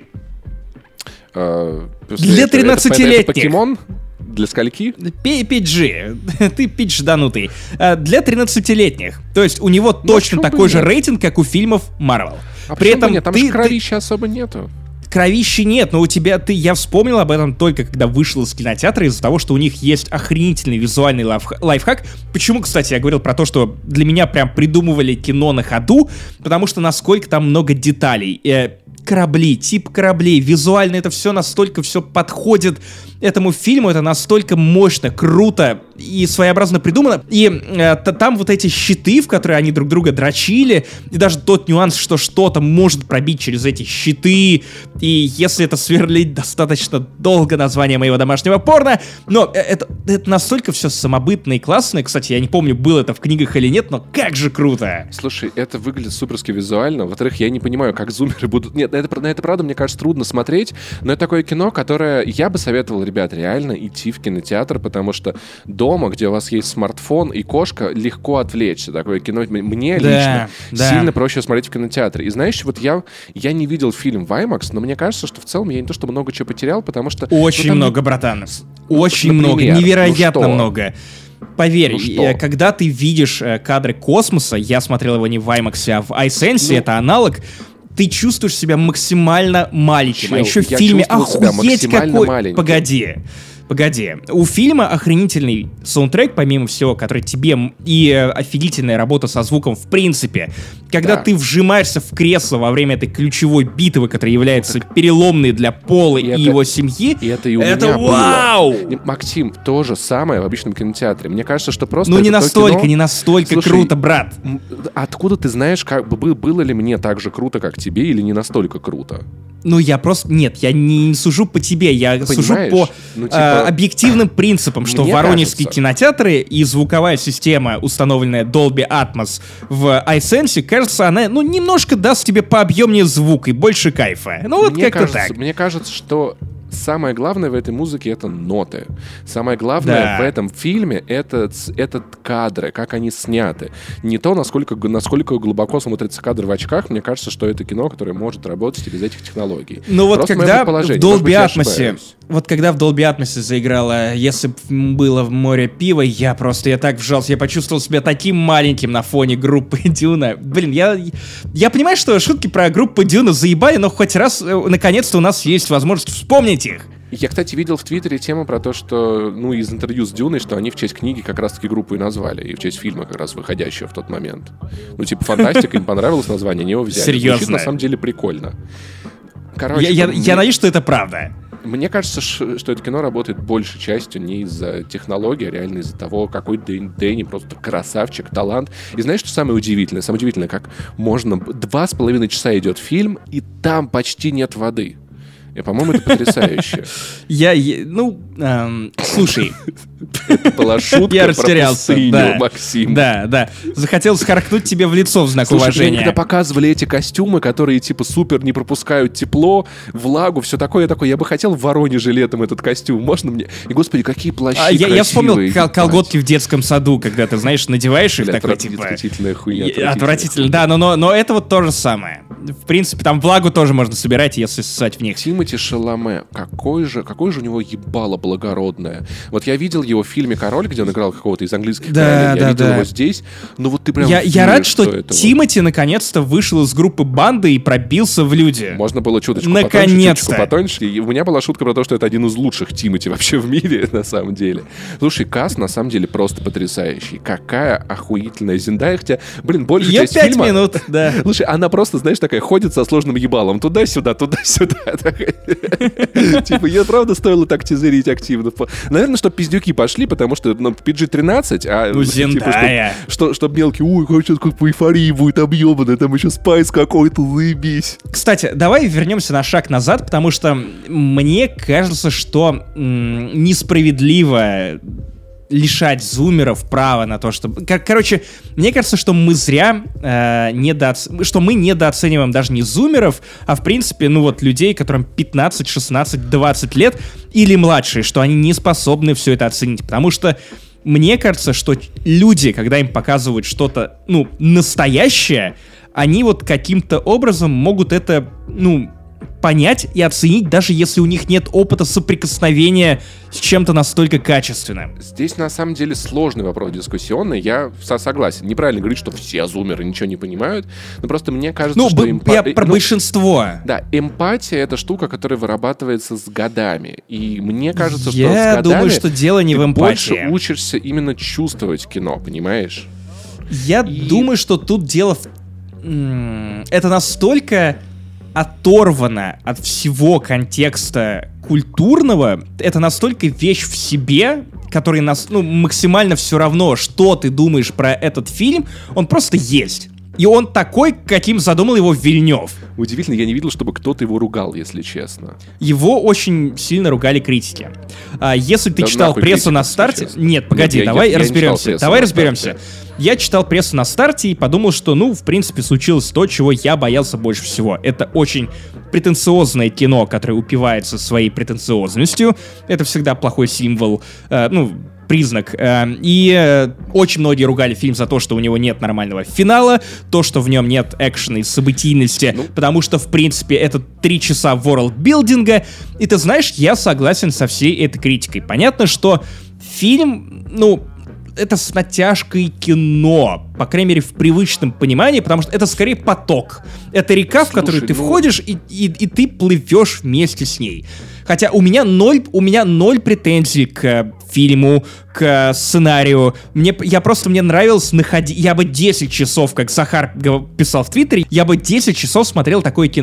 Для 13-летних. Это покемон? Для скольки? PG. Ты пидж-данутый. Для 13-летних. То есть у него точно такой же рейтинг, как у фильмов Marvel. При этом нет? Там же кровища особо нету. Кровищи нет, но у тебя я вспомнил об этом только когда вышел из кинотеатра из-за того, что у них есть охренительный визуальный лайфхак. Почему, кстати, я говорил про то, что для меня прям придумывали кино на ходу, потому что насколько там много деталей. Корабли, тип кораблей, визуально это все настолько все подходит этому фильму, это настолько мощно, круто и своеобразно придумано. И там вот эти щиты, в которые они друг друга дрочили, и даже тот нюанс, что что-то может пробить через эти щиты, и если это сверлить достаточно долго, название моего домашнего порно, но это настолько все самобытно и классно. Кстати, я не помню, было это в книгах или нет, но как же круто! Слушай, это выглядит суперски визуально. Во-вторых, я не понимаю, как зумеры будут... Нет, на это правда, мне кажется, трудно смотреть, но это такое кино, которое я бы советовал, ребят, реально идти в кинотеатр, потому что дома, где у вас есть смартфон и кошка, легко отвлечься. Такое кино мне лично сильно проще смотреть в кинотеатре. И знаешь, вот я не видел фильм в IMAX, но мне кажется, что в целом я не то чтобы много чего потерял, потому что... Очень много, братан. Очень много, невероятно много. Поверь, когда ты видишь кадры космоса, я смотрел его не в IMAX, а в iSense, это аналог, ты чувствуешь себя максимально маленьким. А еще в фильме охуеть какой... Маленьким. Погоди. У фильма охренительный саундтрек, помимо всего, который тебе... И офигительная работа со звуком в принципе. Когда ты вжимаешься в кресло во время этой ключевой битвы, которая является переломной для Пола и его семьи, и это и у меня вау! Было. Максим, то же самое в обычном кинотеатре. Мне кажется, что просто... не настолько круто, брат. Откуда ты знаешь, было ли мне так же круто, как тебе, или не настолько круто? Ну, я просто... Нет, я не сужу по тебе, я сужу по объективным принципам, что воронежские кинотеатры и звуковая система, установленная Dolby Atmos в iSense, кажется, она, немножко даст тебе пообъемнее звук и больше кайфа. Ну, вот как-то так. Мне кажется, что самое главное в этой музыке — это ноты. Самое главное в этом фильме — это кадры, как они сняты. Не то, насколько глубоко смотрится кадр в очках. Мне кажется, что это кино, которое может работать и без этих технологий. Ну вот когда в Dolby Atmos заиграла «Если б было в море пиво», я так вжался, я почувствовал себя таким маленьким на фоне группы Дюна. Блин, я понимаю, что шутки про группу Дюна заебали, но хоть раз, наконец-то, у нас есть возможность вспомнить их. Я, кстати, видел в Твиттере тему про то, что, из интервью с Дюной, что они в честь книги как раз-таки группу и назвали, и в честь фильма как раз выходящего в тот момент. Фантастика, им понравилось название, они его взяли. Серьезно? Звучит, на самом деле, прикольно. Короче, я надеюсь, что это правда. Мне кажется, что это кино работает большей частью не из-за технологий, а реально из-за того, какой Дэнни просто красавчик, талант. И знаешь, что самое удивительное? Самое удивительное, как можно... 2,5 часа идет фильм, и там почти нет воды. И, по-моему, это потрясающе. Слушай. Это была шутка. Я растерялся, про пустыню, да. Максим. Да. Захотелось харкнуть тебе в лицо в знак уважения. Мне когда показывали эти костюмы, которые супер не пропускают тепло, влагу, все такое, я бы хотел в Воронеже летом этот костюм. Можно мне? И, господи, какие плащи красивые. Я вспомнил колготки в детском саду, когда ты, знаешь, надеваешь их такой, отвратительная хуйня. Отвратительно, да, но это вот то же самое. В принципе, там влагу тоже можно собирать, если ссать в них. Тимоти Шаломе, какое же у него ебало благородное. Вот я видел его в фильме «Король», где он играл какого-то из английских королей. Я видел его здесь. Ну вот ты прям я рад, что Тимоти наконец-то вышел из группы банды и пробился в люди. Можно было чуточку потоньше. И у меня была шутка про то, что это один из лучших Тимоти вообще в мире, на самом деле. Слушай, каст на самом деле просто потрясающий. Какая охуительная Зендая. Хотя, большая часть фильма... 5 минут, да. Слушай, она просто, знаешь, такая ходит со сложным ебалом. Туда-сюда, туда-сюда. Типа, ее правда стоило так тизерить активно. Наверное, чтобы пиздюки пошли, потому что PG-13, а... Ну, Зендая. Чтобы мелкие, сейчас как по эйфории будет объебано, там еще спайс какой-то, заебись. Кстати, давай вернемся на шаг назад, потому что мне кажется, что несправедливо лишать зумеров права на то, чтобы... Короче, мне кажется, что мы зря что мы недооцениваем даже не зумеров, а в принципе, людей, которым 15, 16, 20 лет или младшие, что они не способны все это оценить, потому что мне кажется, что люди, когда им показывают что-то, настоящее, они вот каким-то образом могут это, понять и оценить, даже если у них нет опыта соприкосновения с чем-то настолько качественным. Здесь, на самом деле, сложный вопрос дискуссионный. Я согласен. Неправильно говорить, что все зумеры ничего не понимают. Но просто мне кажется, что... Я про большинство. Да, эмпатия — это штука, которая вырабатывается с годами. И мне кажется, что с годами... Я думаю, что дело не в эмпатии. Больше учишься именно чувствовать кино, понимаешь? Я думаю, что тут дело в... Это настолько... оторвано от всего контекста культурного, это настолько вещь в себе, который максимально все равно, что ты думаешь про этот фильм, он просто есть. И он такой, каким задумал его Вильнёв. Удивительно, я не видел, чтобы кто-то его ругал, если честно. Его очень сильно ругали критики. Если ты читал прессу на старте... Нет, погоди, давай разберемся. Я читал прессу на старте и подумал, что, в принципе, случилось то, чего я боялся больше всего. Это очень претенциозное кино, которое упивается своей претенциозностью. Это всегда плохой символ, признак. И очень многие ругали фильм за то, что у него нет нормального финала, то, что в нем нет экшена и событийности, потому что, в принципе, это 3 часа ворлдбилдинга. И ты знаешь, я согласен со всей этой критикой. Понятно, что фильм, это с натяжкой кино, по крайней мере, в привычном понимании, потому что это скорее поток. Это река, в которую ты входишь, и ты плывешь вместе с ней. Хотя у меня ноль претензий к фильму, к сценарию. Мне нравилось находить... Я бы 10 часов, как Захар писал в Твиттере, я бы 10 часов смотрел такое кино.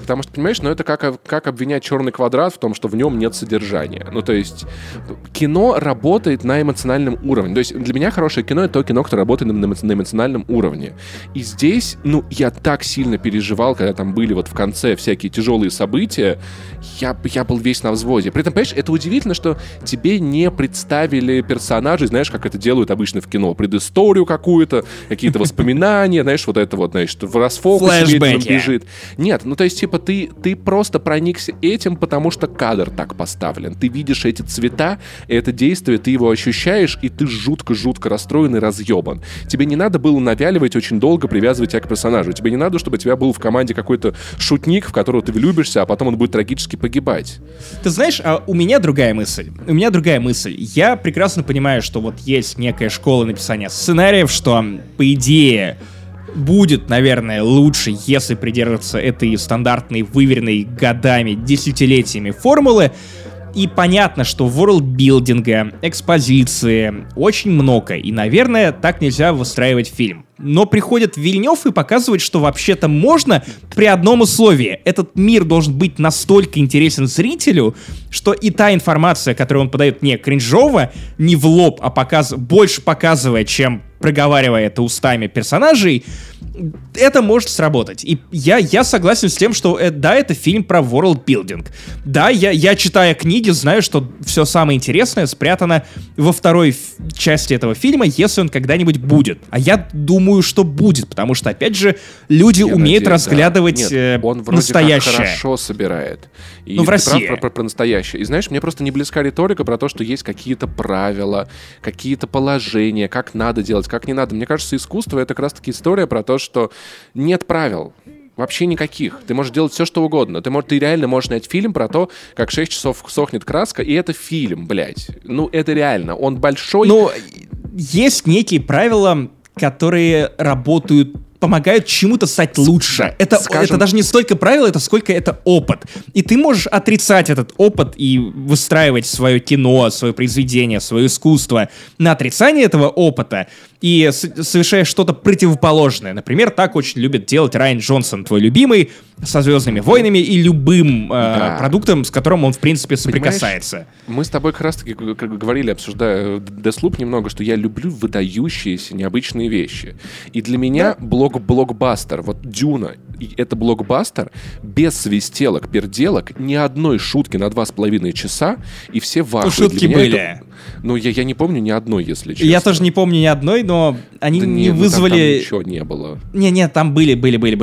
Потому что, понимаешь, это как обвинять «Черный квадрат» в том, что в нем нет содержания. Ну, то есть кино работает на эмоциональном уровне. То есть для меня хорошее кино — это то кино, которое работает на эмоциональном уровне. И здесь, я так сильно переживал, когда там были вот в конце всякие тяжелые события, я был весь на взводе. При этом, понимаешь, это удивительно, что тебе не представили персонажей, знаешь, как это делают обычно в кино. Предысторию какую-то, какие-то воспоминания, знаешь, вот это вот, знаешь, в расфокусе бежит. Нет, то есть, типа, ты просто проникся этим, потому что кадр так поставлен. Ты видишь эти цвета, это действие, ты его ощущаешь, и ты жутко-жутко расстроен и разъебан. Тебе не надо было навяливать очень долго, привязывать тебя к персонажу. Тебе не надо, чтобы у тебя был в команде какой-то шутник, в которого ты влюбишься, а потом он будет трагически погибать. Ты знаешь, у меня другая мысль. Я прекрасно понимаю, что вот есть некая школа написания сценариев, что, по идее, будет, наверное, лучше, если придерживаться этой стандартной, выверенной годами, десятилетиями формулы. И понятно, что ворлдбилдинга, экспозиции очень много, и, наверное, так нельзя выстраивать фильм. Но приходит Вильнёв и показывает, что вообще-то можно при одном условии. Этот мир должен быть настолько интересен зрителю, что и та информация, которую он подает не кринжово, не в лоб, а больше показывая, чем проговаривая это устами персонажей, это может сработать. И я согласен с тем, что да, это фильм про ворлдбилдинг. Да, я читая книги, знаю, что все самое интересное спрятано во второй части этого фильма, если он когда-нибудь будет. А я думаю, что будет, потому что, опять же, люди умеют разглядывать он вроде настоящее. Как хорошо собирает. И в России. Прав про настоящее. И знаешь, мне просто не близка риторика про то, что есть какие-то правила, какие-то положения, как надо делать, как не надо. Мне кажется, искусство — это как раз-таки история про то, что нет правил. Вообще никаких. Ты можешь делать все, что угодно. Ты реально можешь снять фильм про то, как 6 часов сохнет краска, и это фильм, блядь. Это реально. Он большой. Есть некие правила, которые работают, помогают чему-то стать лучше. Это даже не столько правила, это сколько это опыт. И ты можешь отрицать этот опыт и выстраивать свое кино, свое произведение, свое искусство на отрицание этого опыта и совершаешь что-то противоположное. Например, так очень любит делать Райан Джонсон, твой любимый, со «Звездными войнами» и любым продуктом, с которым он, в принципе, соприкасается. Понимаешь, мы с тобой как раз-таки говорили, обсуждая Deathloop немного, что я люблю выдающиеся, необычные вещи. И для меня блокбастер, вот «Дюна», это блокбастер без свистелок, перделок, ни одной шутки на 2,5 часа, и все в ахуе. Шутки были. Я не помню ни одной, если честно. Я тоже не помню ни одной, но они не вызвали... Там ничего не было. Нет, там были.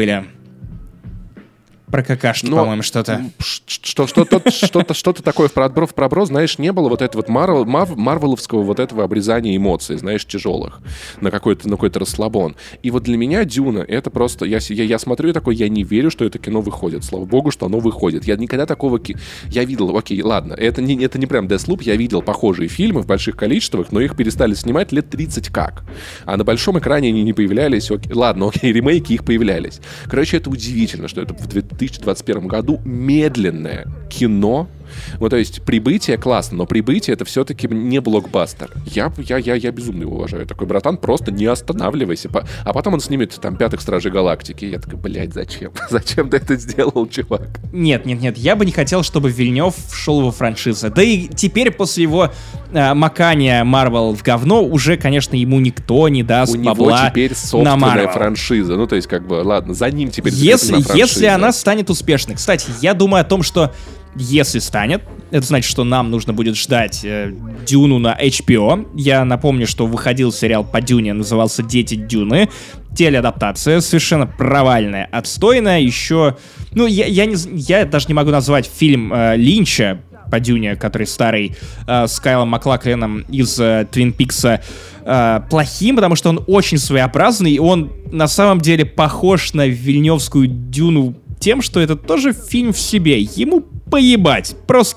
Про какашки, по-моему, что-то. Что-то такое в проброс, знаешь, не было вот этого вот марвеловского вот этого обрезания эмоций, знаешь, тяжелых, на какой-то расслабон. И вот для меня «Дюна» — это просто... Я смотрю и такой, я не верю, что это кино выходит. Слава богу, что оно выходит. Я никогда такого... Я видел, окей, ладно, это не прям Deathloop, я видел похожие фильмы в больших количествах, но их перестали снимать лет 30 как. А на большом экране они не появлялись. Окей, ремейки их появлялись. Короче, это удивительно, что это в 2021 году медленное кино. То есть «Прибытие» классно, но «Прибытие» — это все-таки не блокбастер. Я безумно его уважаю. Такой, братан, просто не останавливайся. А потом он снимет там «Пятых Стражей Галактики». Я такой, блядь, зачем? Зачем ты это сделал, чувак? Нет. Я бы не хотел, чтобы Вильнёв шел во франшизу. Да и теперь после его макания Marvel в говно уже, конечно, ему никто не даст бабла на Marvel. У него теперь собственная франшиза. То есть, ладно, за ним теперь если она станет успешной. Кстати, я думаю о том, что если станет, это значит, что нам нужно будет ждать Дюну на HBO. Я напомню, что выходил сериал по Дюне, назывался «Дети Дюны». Телеадаптация совершенно провальная, отстойная. Еще, я даже не могу назвать фильм Линча по Дюне, который старый, с Кайлом Маклахленом из Твин Пикса, плохим, потому что он очень своеобразный, и он на самом деле похож на вильнёвскую Дюну тем, что это тоже фильм в себе. Ему поебать, просто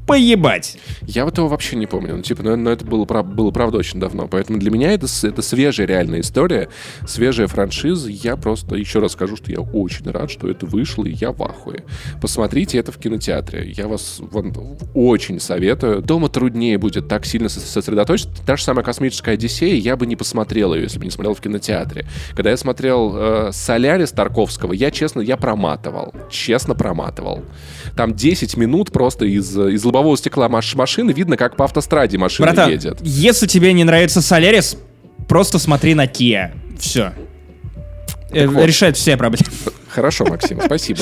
поебать. Я вот его вообще не помню. Ну, типа, но это было правда очень давно. Поэтому для меня это свежая реальная история, свежая франшиза. Я просто еще раз скажу, что я очень рад, что это вышло, и я в ахуе. Посмотрите это в кинотеатре. Я вас очень советую. Дома труднее будет так сильно сосредоточиться. Та же самая «Космическая Одиссея», я бы не посмотрел ее, если бы не смотрел в кинотеатре. Когда я смотрел «Солярис» Тарковского, я проматывал. Честно проматывал. Там 10 минут просто из лобового стекла машины видно, как по автостраде машина Братан, едет. если тебе не нравится «Солярис», просто смотри на Kia. Все. Решает все проблемы. Хорошо, Максим, спасибо.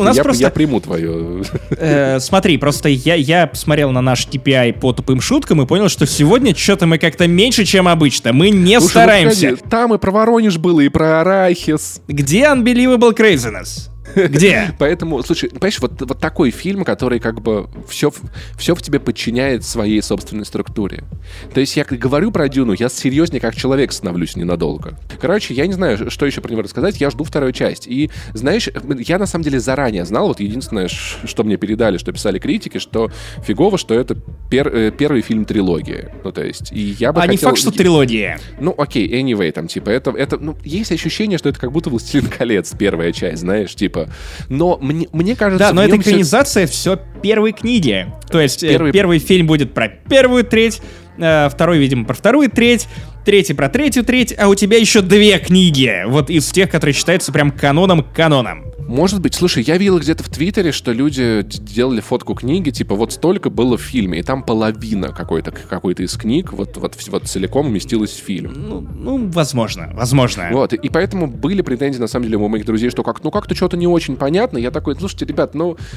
Я приму твою. Смотри, просто я посмотрел на наш KPI по тупым шуткам и понял, что сегодня что-то мы как-то меньше, чем обычно. Мы не стараемся. Там и про Воронеж было, и про арахис. Где Unbelievable Craziness? Где? Поэтому, слушай, понимаешь, вот такой фильм, который как бы все в тебе подчиняет своей собственной структуре. То есть я говорю про Дюну, я серьезнее как человек становлюсь ненадолго. Короче, я не знаю, что еще про него рассказать, я жду вторую часть. И, знаешь, я на самом деле заранее знал, вот единственное, что мне передали, что писали критики, что фигово, что это первый фильм трилогии. Ну, то есть, и я бы хотел... не факт, что трилогия. Ну, окей, anyway, там, типа, это ну, есть ощущение, что это как будто «Властелин колец», первая часть, знаешь, типа. Но мне кажется... Да, но это экранизация все первой книги. То есть первый фильм будет про первую треть, второй, видимо, про вторую треть, третий про третью треть, а у тебя еще 2 книги. Вот из тех, которые считаются прям каноном. Может быть. Слушай, я видел где-то в Твиттере, что люди делали фотку книги, типа вот столько было в фильме, и там половина какой-то из книг вот целиком уместилась в фильм. Ну, возможно. Вот, и поэтому были претензии, на самом деле, у моих друзей, что как-то что-то не очень понятно. Я такой, слушайте, ребят,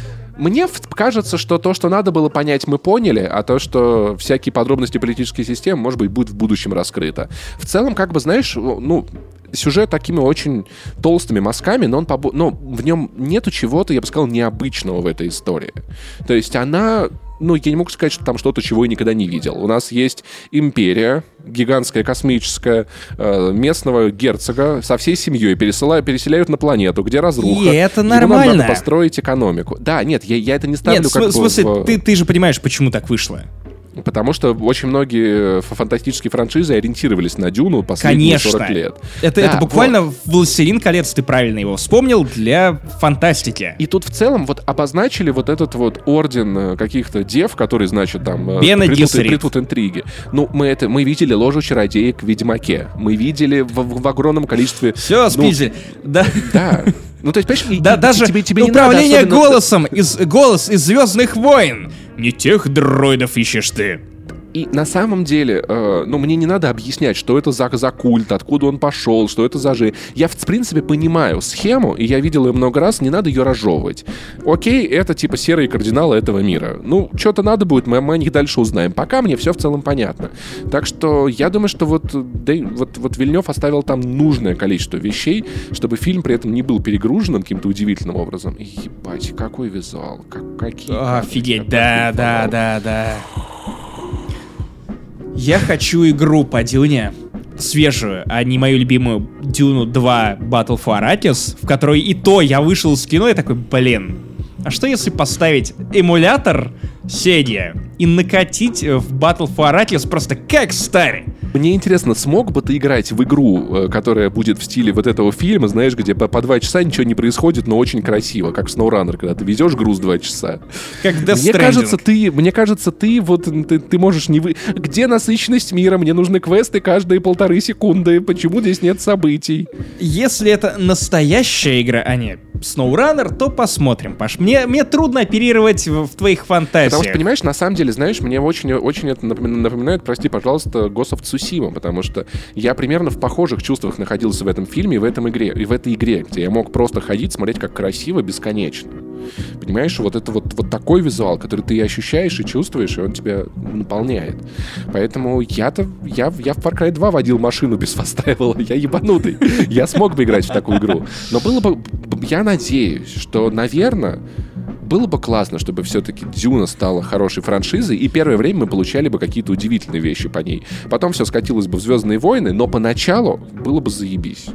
мне кажется, что то, что надо было понять, мы поняли, а то, что всякие подробности политической системы, может быть, будет в будущем раскрыто. В целом, как бы, знаешь, сюжет такими очень толстыми мазками, но в нем нету чего-то, я бы сказал, необычного в этой истории. То есть она... я не могу сказать, что там что-то, чего я никогда не видел. У нас есть империя, гигантская, космическая, местного герцога со всей семьей переселяют на планету, где разруха. И это нормально. Ему надо построить экономику. Да, нет, я это не ставлю нет, в смысле, ты же понимаешь, почему так вышло. Потому что очень многие фантастические франшизы ориентировались на Дюну последние 40 лет. Это буквально «Властелин колец», ты правильно его вспомнил, для фантастики. И тут в целом обозначили этот орден каких-то дев, которые, значит, там плетут интриги. Мы видели ложу чародеек в «Ведьмаке». Мы видели в огромном количестве... Все, спиздили. Да. Ну, то есть, понимаешь, да, даже тебе управление голосом голос из «Звездных войн». Не тех дроидов ищешь ты. И на самом деле, мне не надо объяснять, что это за культ, откуда он пошел, что это за жизнь. Я, в принципе, понимаю схему, и я видел ее много раз, не надо ее разжевывать. Окей, это типа серые кардиналы этого мира. Что-то надо будет, мы о них дальше узнаем. Пока мне все в целом понятно. Так что я думаю, что вот Вильнёв оставил там нужное количество вещей, чтобы фильм при этом не был перегруженным каким-то удивительным образом. И, ебать, какой визуал, какие... Офигеть, да. Я хочу игру по Дюне, свежую, а не мою любимую Дюну 2 Battle for Arrakis, в которой и то я вышел из кино и такой, а что если поставить эмулятор Sega и накатить в Battle for Arrakis просто как старый? Мне интересно, смог бы ты играть в игру, которая будет в стиле вот этого фильма, знаешь, где по 2 часа ничего не происходит, но очень красиво, как в SnowRunner, когда ты везешь груз 2 часа. Как Death Stranding. Мне кажется, ты можешь не... Где насыщенность мира? Мне нужны квесты каждые 1,5 секунды. Почему здесь нет событий? Если это настоящая игра, а не SnowRunner, то посмотрим, Паш. Мне трудно оперировать в твоих фантазиях. Потому что, понимаешь, на самом деле, знаешь, мне очень это напоминает, прости, пожалуйста, Ghost of Tsushima, потому что я примерно в похожих чувствах находился в этом фильме и в этой игре, где я мог просто ходить, смотреть, как красиво, бесконечно. Понимаешь, вот это вот такой визуал, который ты ощущаешь и чувствуешь, и он тебя наполняет. Поэтому я в Far Cry 2 водил машину без фастайвела, я ебанутый. Я смог бы играть в такую игру. Но я надеюсь, что, наверное, было бы классно, чтобы все-таки Дюна стала хорошей франшизой, и первое время мы получали бы какие-то удивительные вещи по ней. Потом все скатилось бы в «Звездные войны», но поначалу было бы заебись.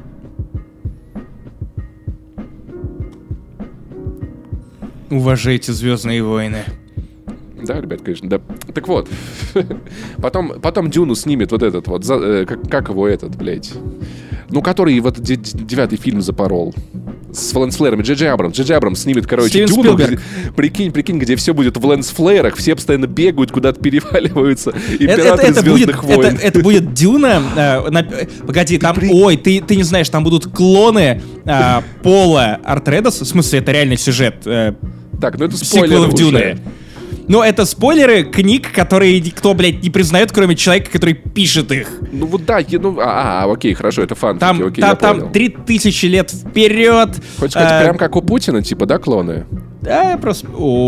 Уважайте «Звездные войны». Да, ребят, конечно, да. Так вот, потом Дюну снимет вот этот вот, как его этот, блядь, ну, который вот 9-й фильм запорол. С лэнсфлэрами. Джей Джей Абрамс снимет, короче, Дюну. Прикинь, где все будет в лэнсфлэрах, все постоянно бегают, куда-то переваливаются. Император Звездных войн. Это будет Дюна. Погоди, там... Ой, ты не знаешь, там будут клоны Пола Артредаса. В смысле, это реальный сюжет. Так, ну это спойлеры в Дюне. Но это спойлеры книг, которые никто, блядь, не признает, кроме человека, который пишет их. Ну вот да, окей, хорошо, это фанфики, окей, я понял. Там 3000 лет вперед. Хочешь сказать, прям как у Путина, типа, да, клоны? Да, просто...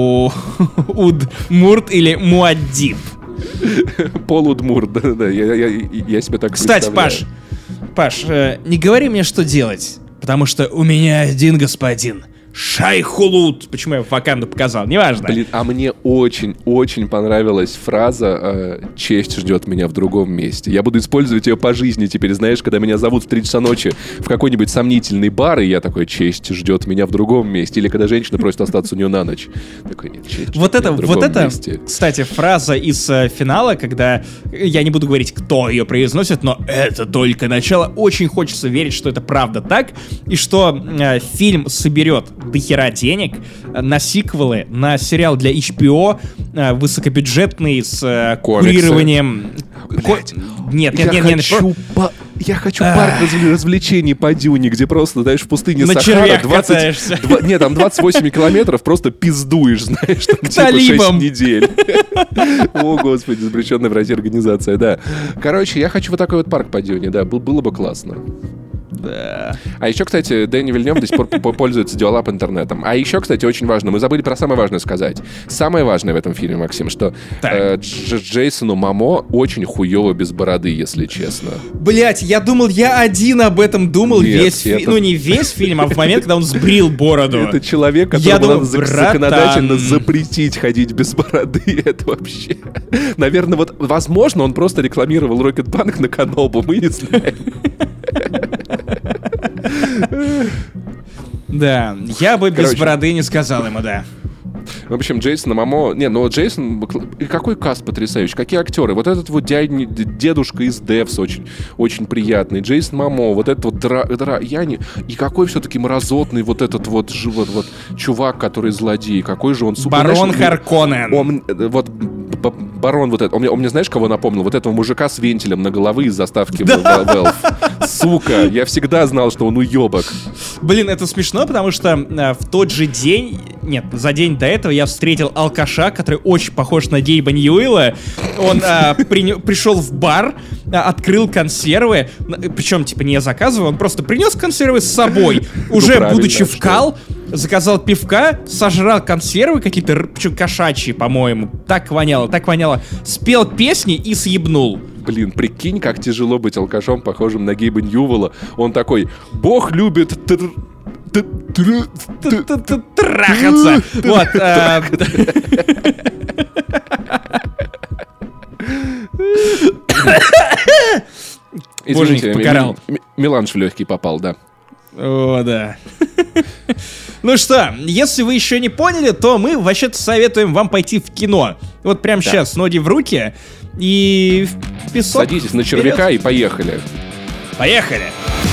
Удмурт или Муаддиб. Пол Удмурт, да, я себе так представляю. Кстати, Паш, не говори мне, что делать, потому что у меня один господин. Шайхулут. Почему я Ваканду показал? Неважно. Блин, а мне очень понравилась фраза «Честь ждет меня в другом месте». Я буду использовать ее по жизни теперь, знаешь, когда меня зовут в 3 часа ночи в какой-нибудь сомнительный бар, и я такой «Честь ждет меня в другом месте». Или когда женщина просит остаться у нее на ночь. Такой, нет, честь вот ждет меня в другом это, месте. Кстати, фраза из финала, когда, я не буду говорить, кто ее произносит, но это только начало. Очень хочется верить, что это правда так, и что фильм соберет дохера денег на сиквелы, на сериал для HBO, высокобюджетный, с курированием... Нет. Я хочу парк развлечений по Дюне, где просто, знаешь, в пустыне на Сахара 20... там 28 километров просто пиздуешь, знаешь, там типа 6 недель. О, господи, запрещенная в России организация, да. Короче, я хочу вот такой вот парк по Дюне, да, было бы классно. Да. А еще, кстати, Дэнни Вильнёв до сих пор пользуется диалап интернетом. А еще, кстати, очень важно, мы забыли про самое важное сказать. Самое важное в этом фильме, Максим, что Джейсону Момо очень хуёво без бороды, если честно. Блять, я думал, я один об этом думал ну не весь фильм, а в момент, когда он сбрил бороду. Это человек, которому надо законодательно запретить ходить без бороды. Это вообще... Наверное, вот, возможно, он просто рекламировал Рокетбанк на Канобу, мы не знаем. Да, я бы без бороды не сказал ему, да. В общем, Джейсон Момо... Джейсон... И какой каст потрясающий. Какие актеры. Вот этот вот дедушка из Девс очень приятный. Джейсон Момо. Вот этот вот... И какой все-таки мразотный вот этот вот чувак, который злодей. Какой же он... Барон Харконнен. Барон вот этот. Он мне знаешь, кого напомнил? Вот этого мужика с вентилем на головы из заставки Valve. Сука, я всегда знал, что он уебок. Блин, это смешно, потому что в тот же день... Нет, за день до этого я встретил алкаша, который очень похож на Гейба Ньюэлла. Он пришел в бар, открыл консервы, причем, типа, не заказывал, он просто принес консервы с собой, уже будучи вкал, заказал пивка, сожрал консервы какие-то, причем кошачьи, по-моему. Так воняло. Спел песни и съебнул. Блин, прикинь, как тяжело быть алкашом, похожим на Гейба Ньюэлла. Он такой: Бог любит... трахаться. Вот. Извините, меланж в легкий попал, да. О, да. Ну что, если вы еще не поняли, то мы вообще-то советуем вам пойти в кино. Вот прямо сейчас ноги в руки и в песок. Садитесь на червяка и поехали. Поехали.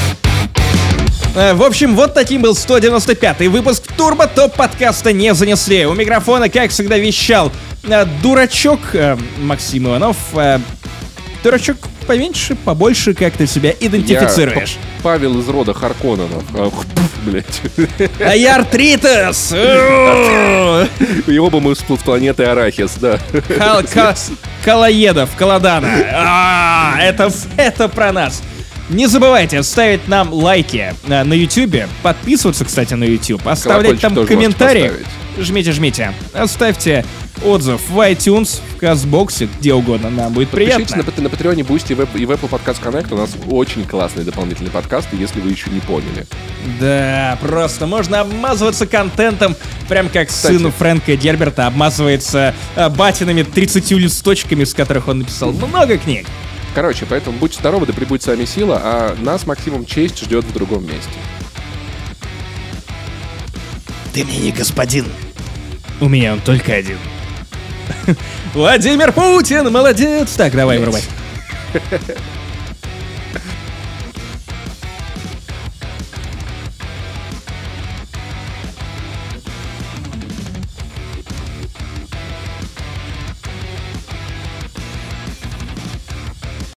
В общем, вот таким был 195-й выпуск Турбо Топ подкаста «Не занесли». У микрофона, как всегда, вещал дурачок Максим Иванов. Дурачок поменьше, побольше, как ты себя идентифицируешь? Я Павел из рода Харконненов. Блять. А я Артритес! И оба мы с планеты Арахис, да. Калоедов, Каладана. Это про нас. Не забывайте ставить нам лайки на YouTube, подписываться, кстати, на YouTube, оставлять там комментарии. Жмите. Оставьте отзыв в iTunes, в Castbox, где угодно, нам будет приятно. Подпишитесь на Патреоне, Бусти и в Apple Podcast Connect. У нас очень классные дополнительные подкасты, если вы еще не поняли. Да, просто можно обмазываться контентом, прям как сын Фрэнка Герберта обмазывается батиными 30 листочками, с которых он написал много книг. Короче, поэтому будьте здоровы, да пребудет с вами сила, а нас, Максимом, честь ждет в другом месте. Ты мне не господин. У меня он только один. Владимир Путин, молодец. Так, давай, врубай.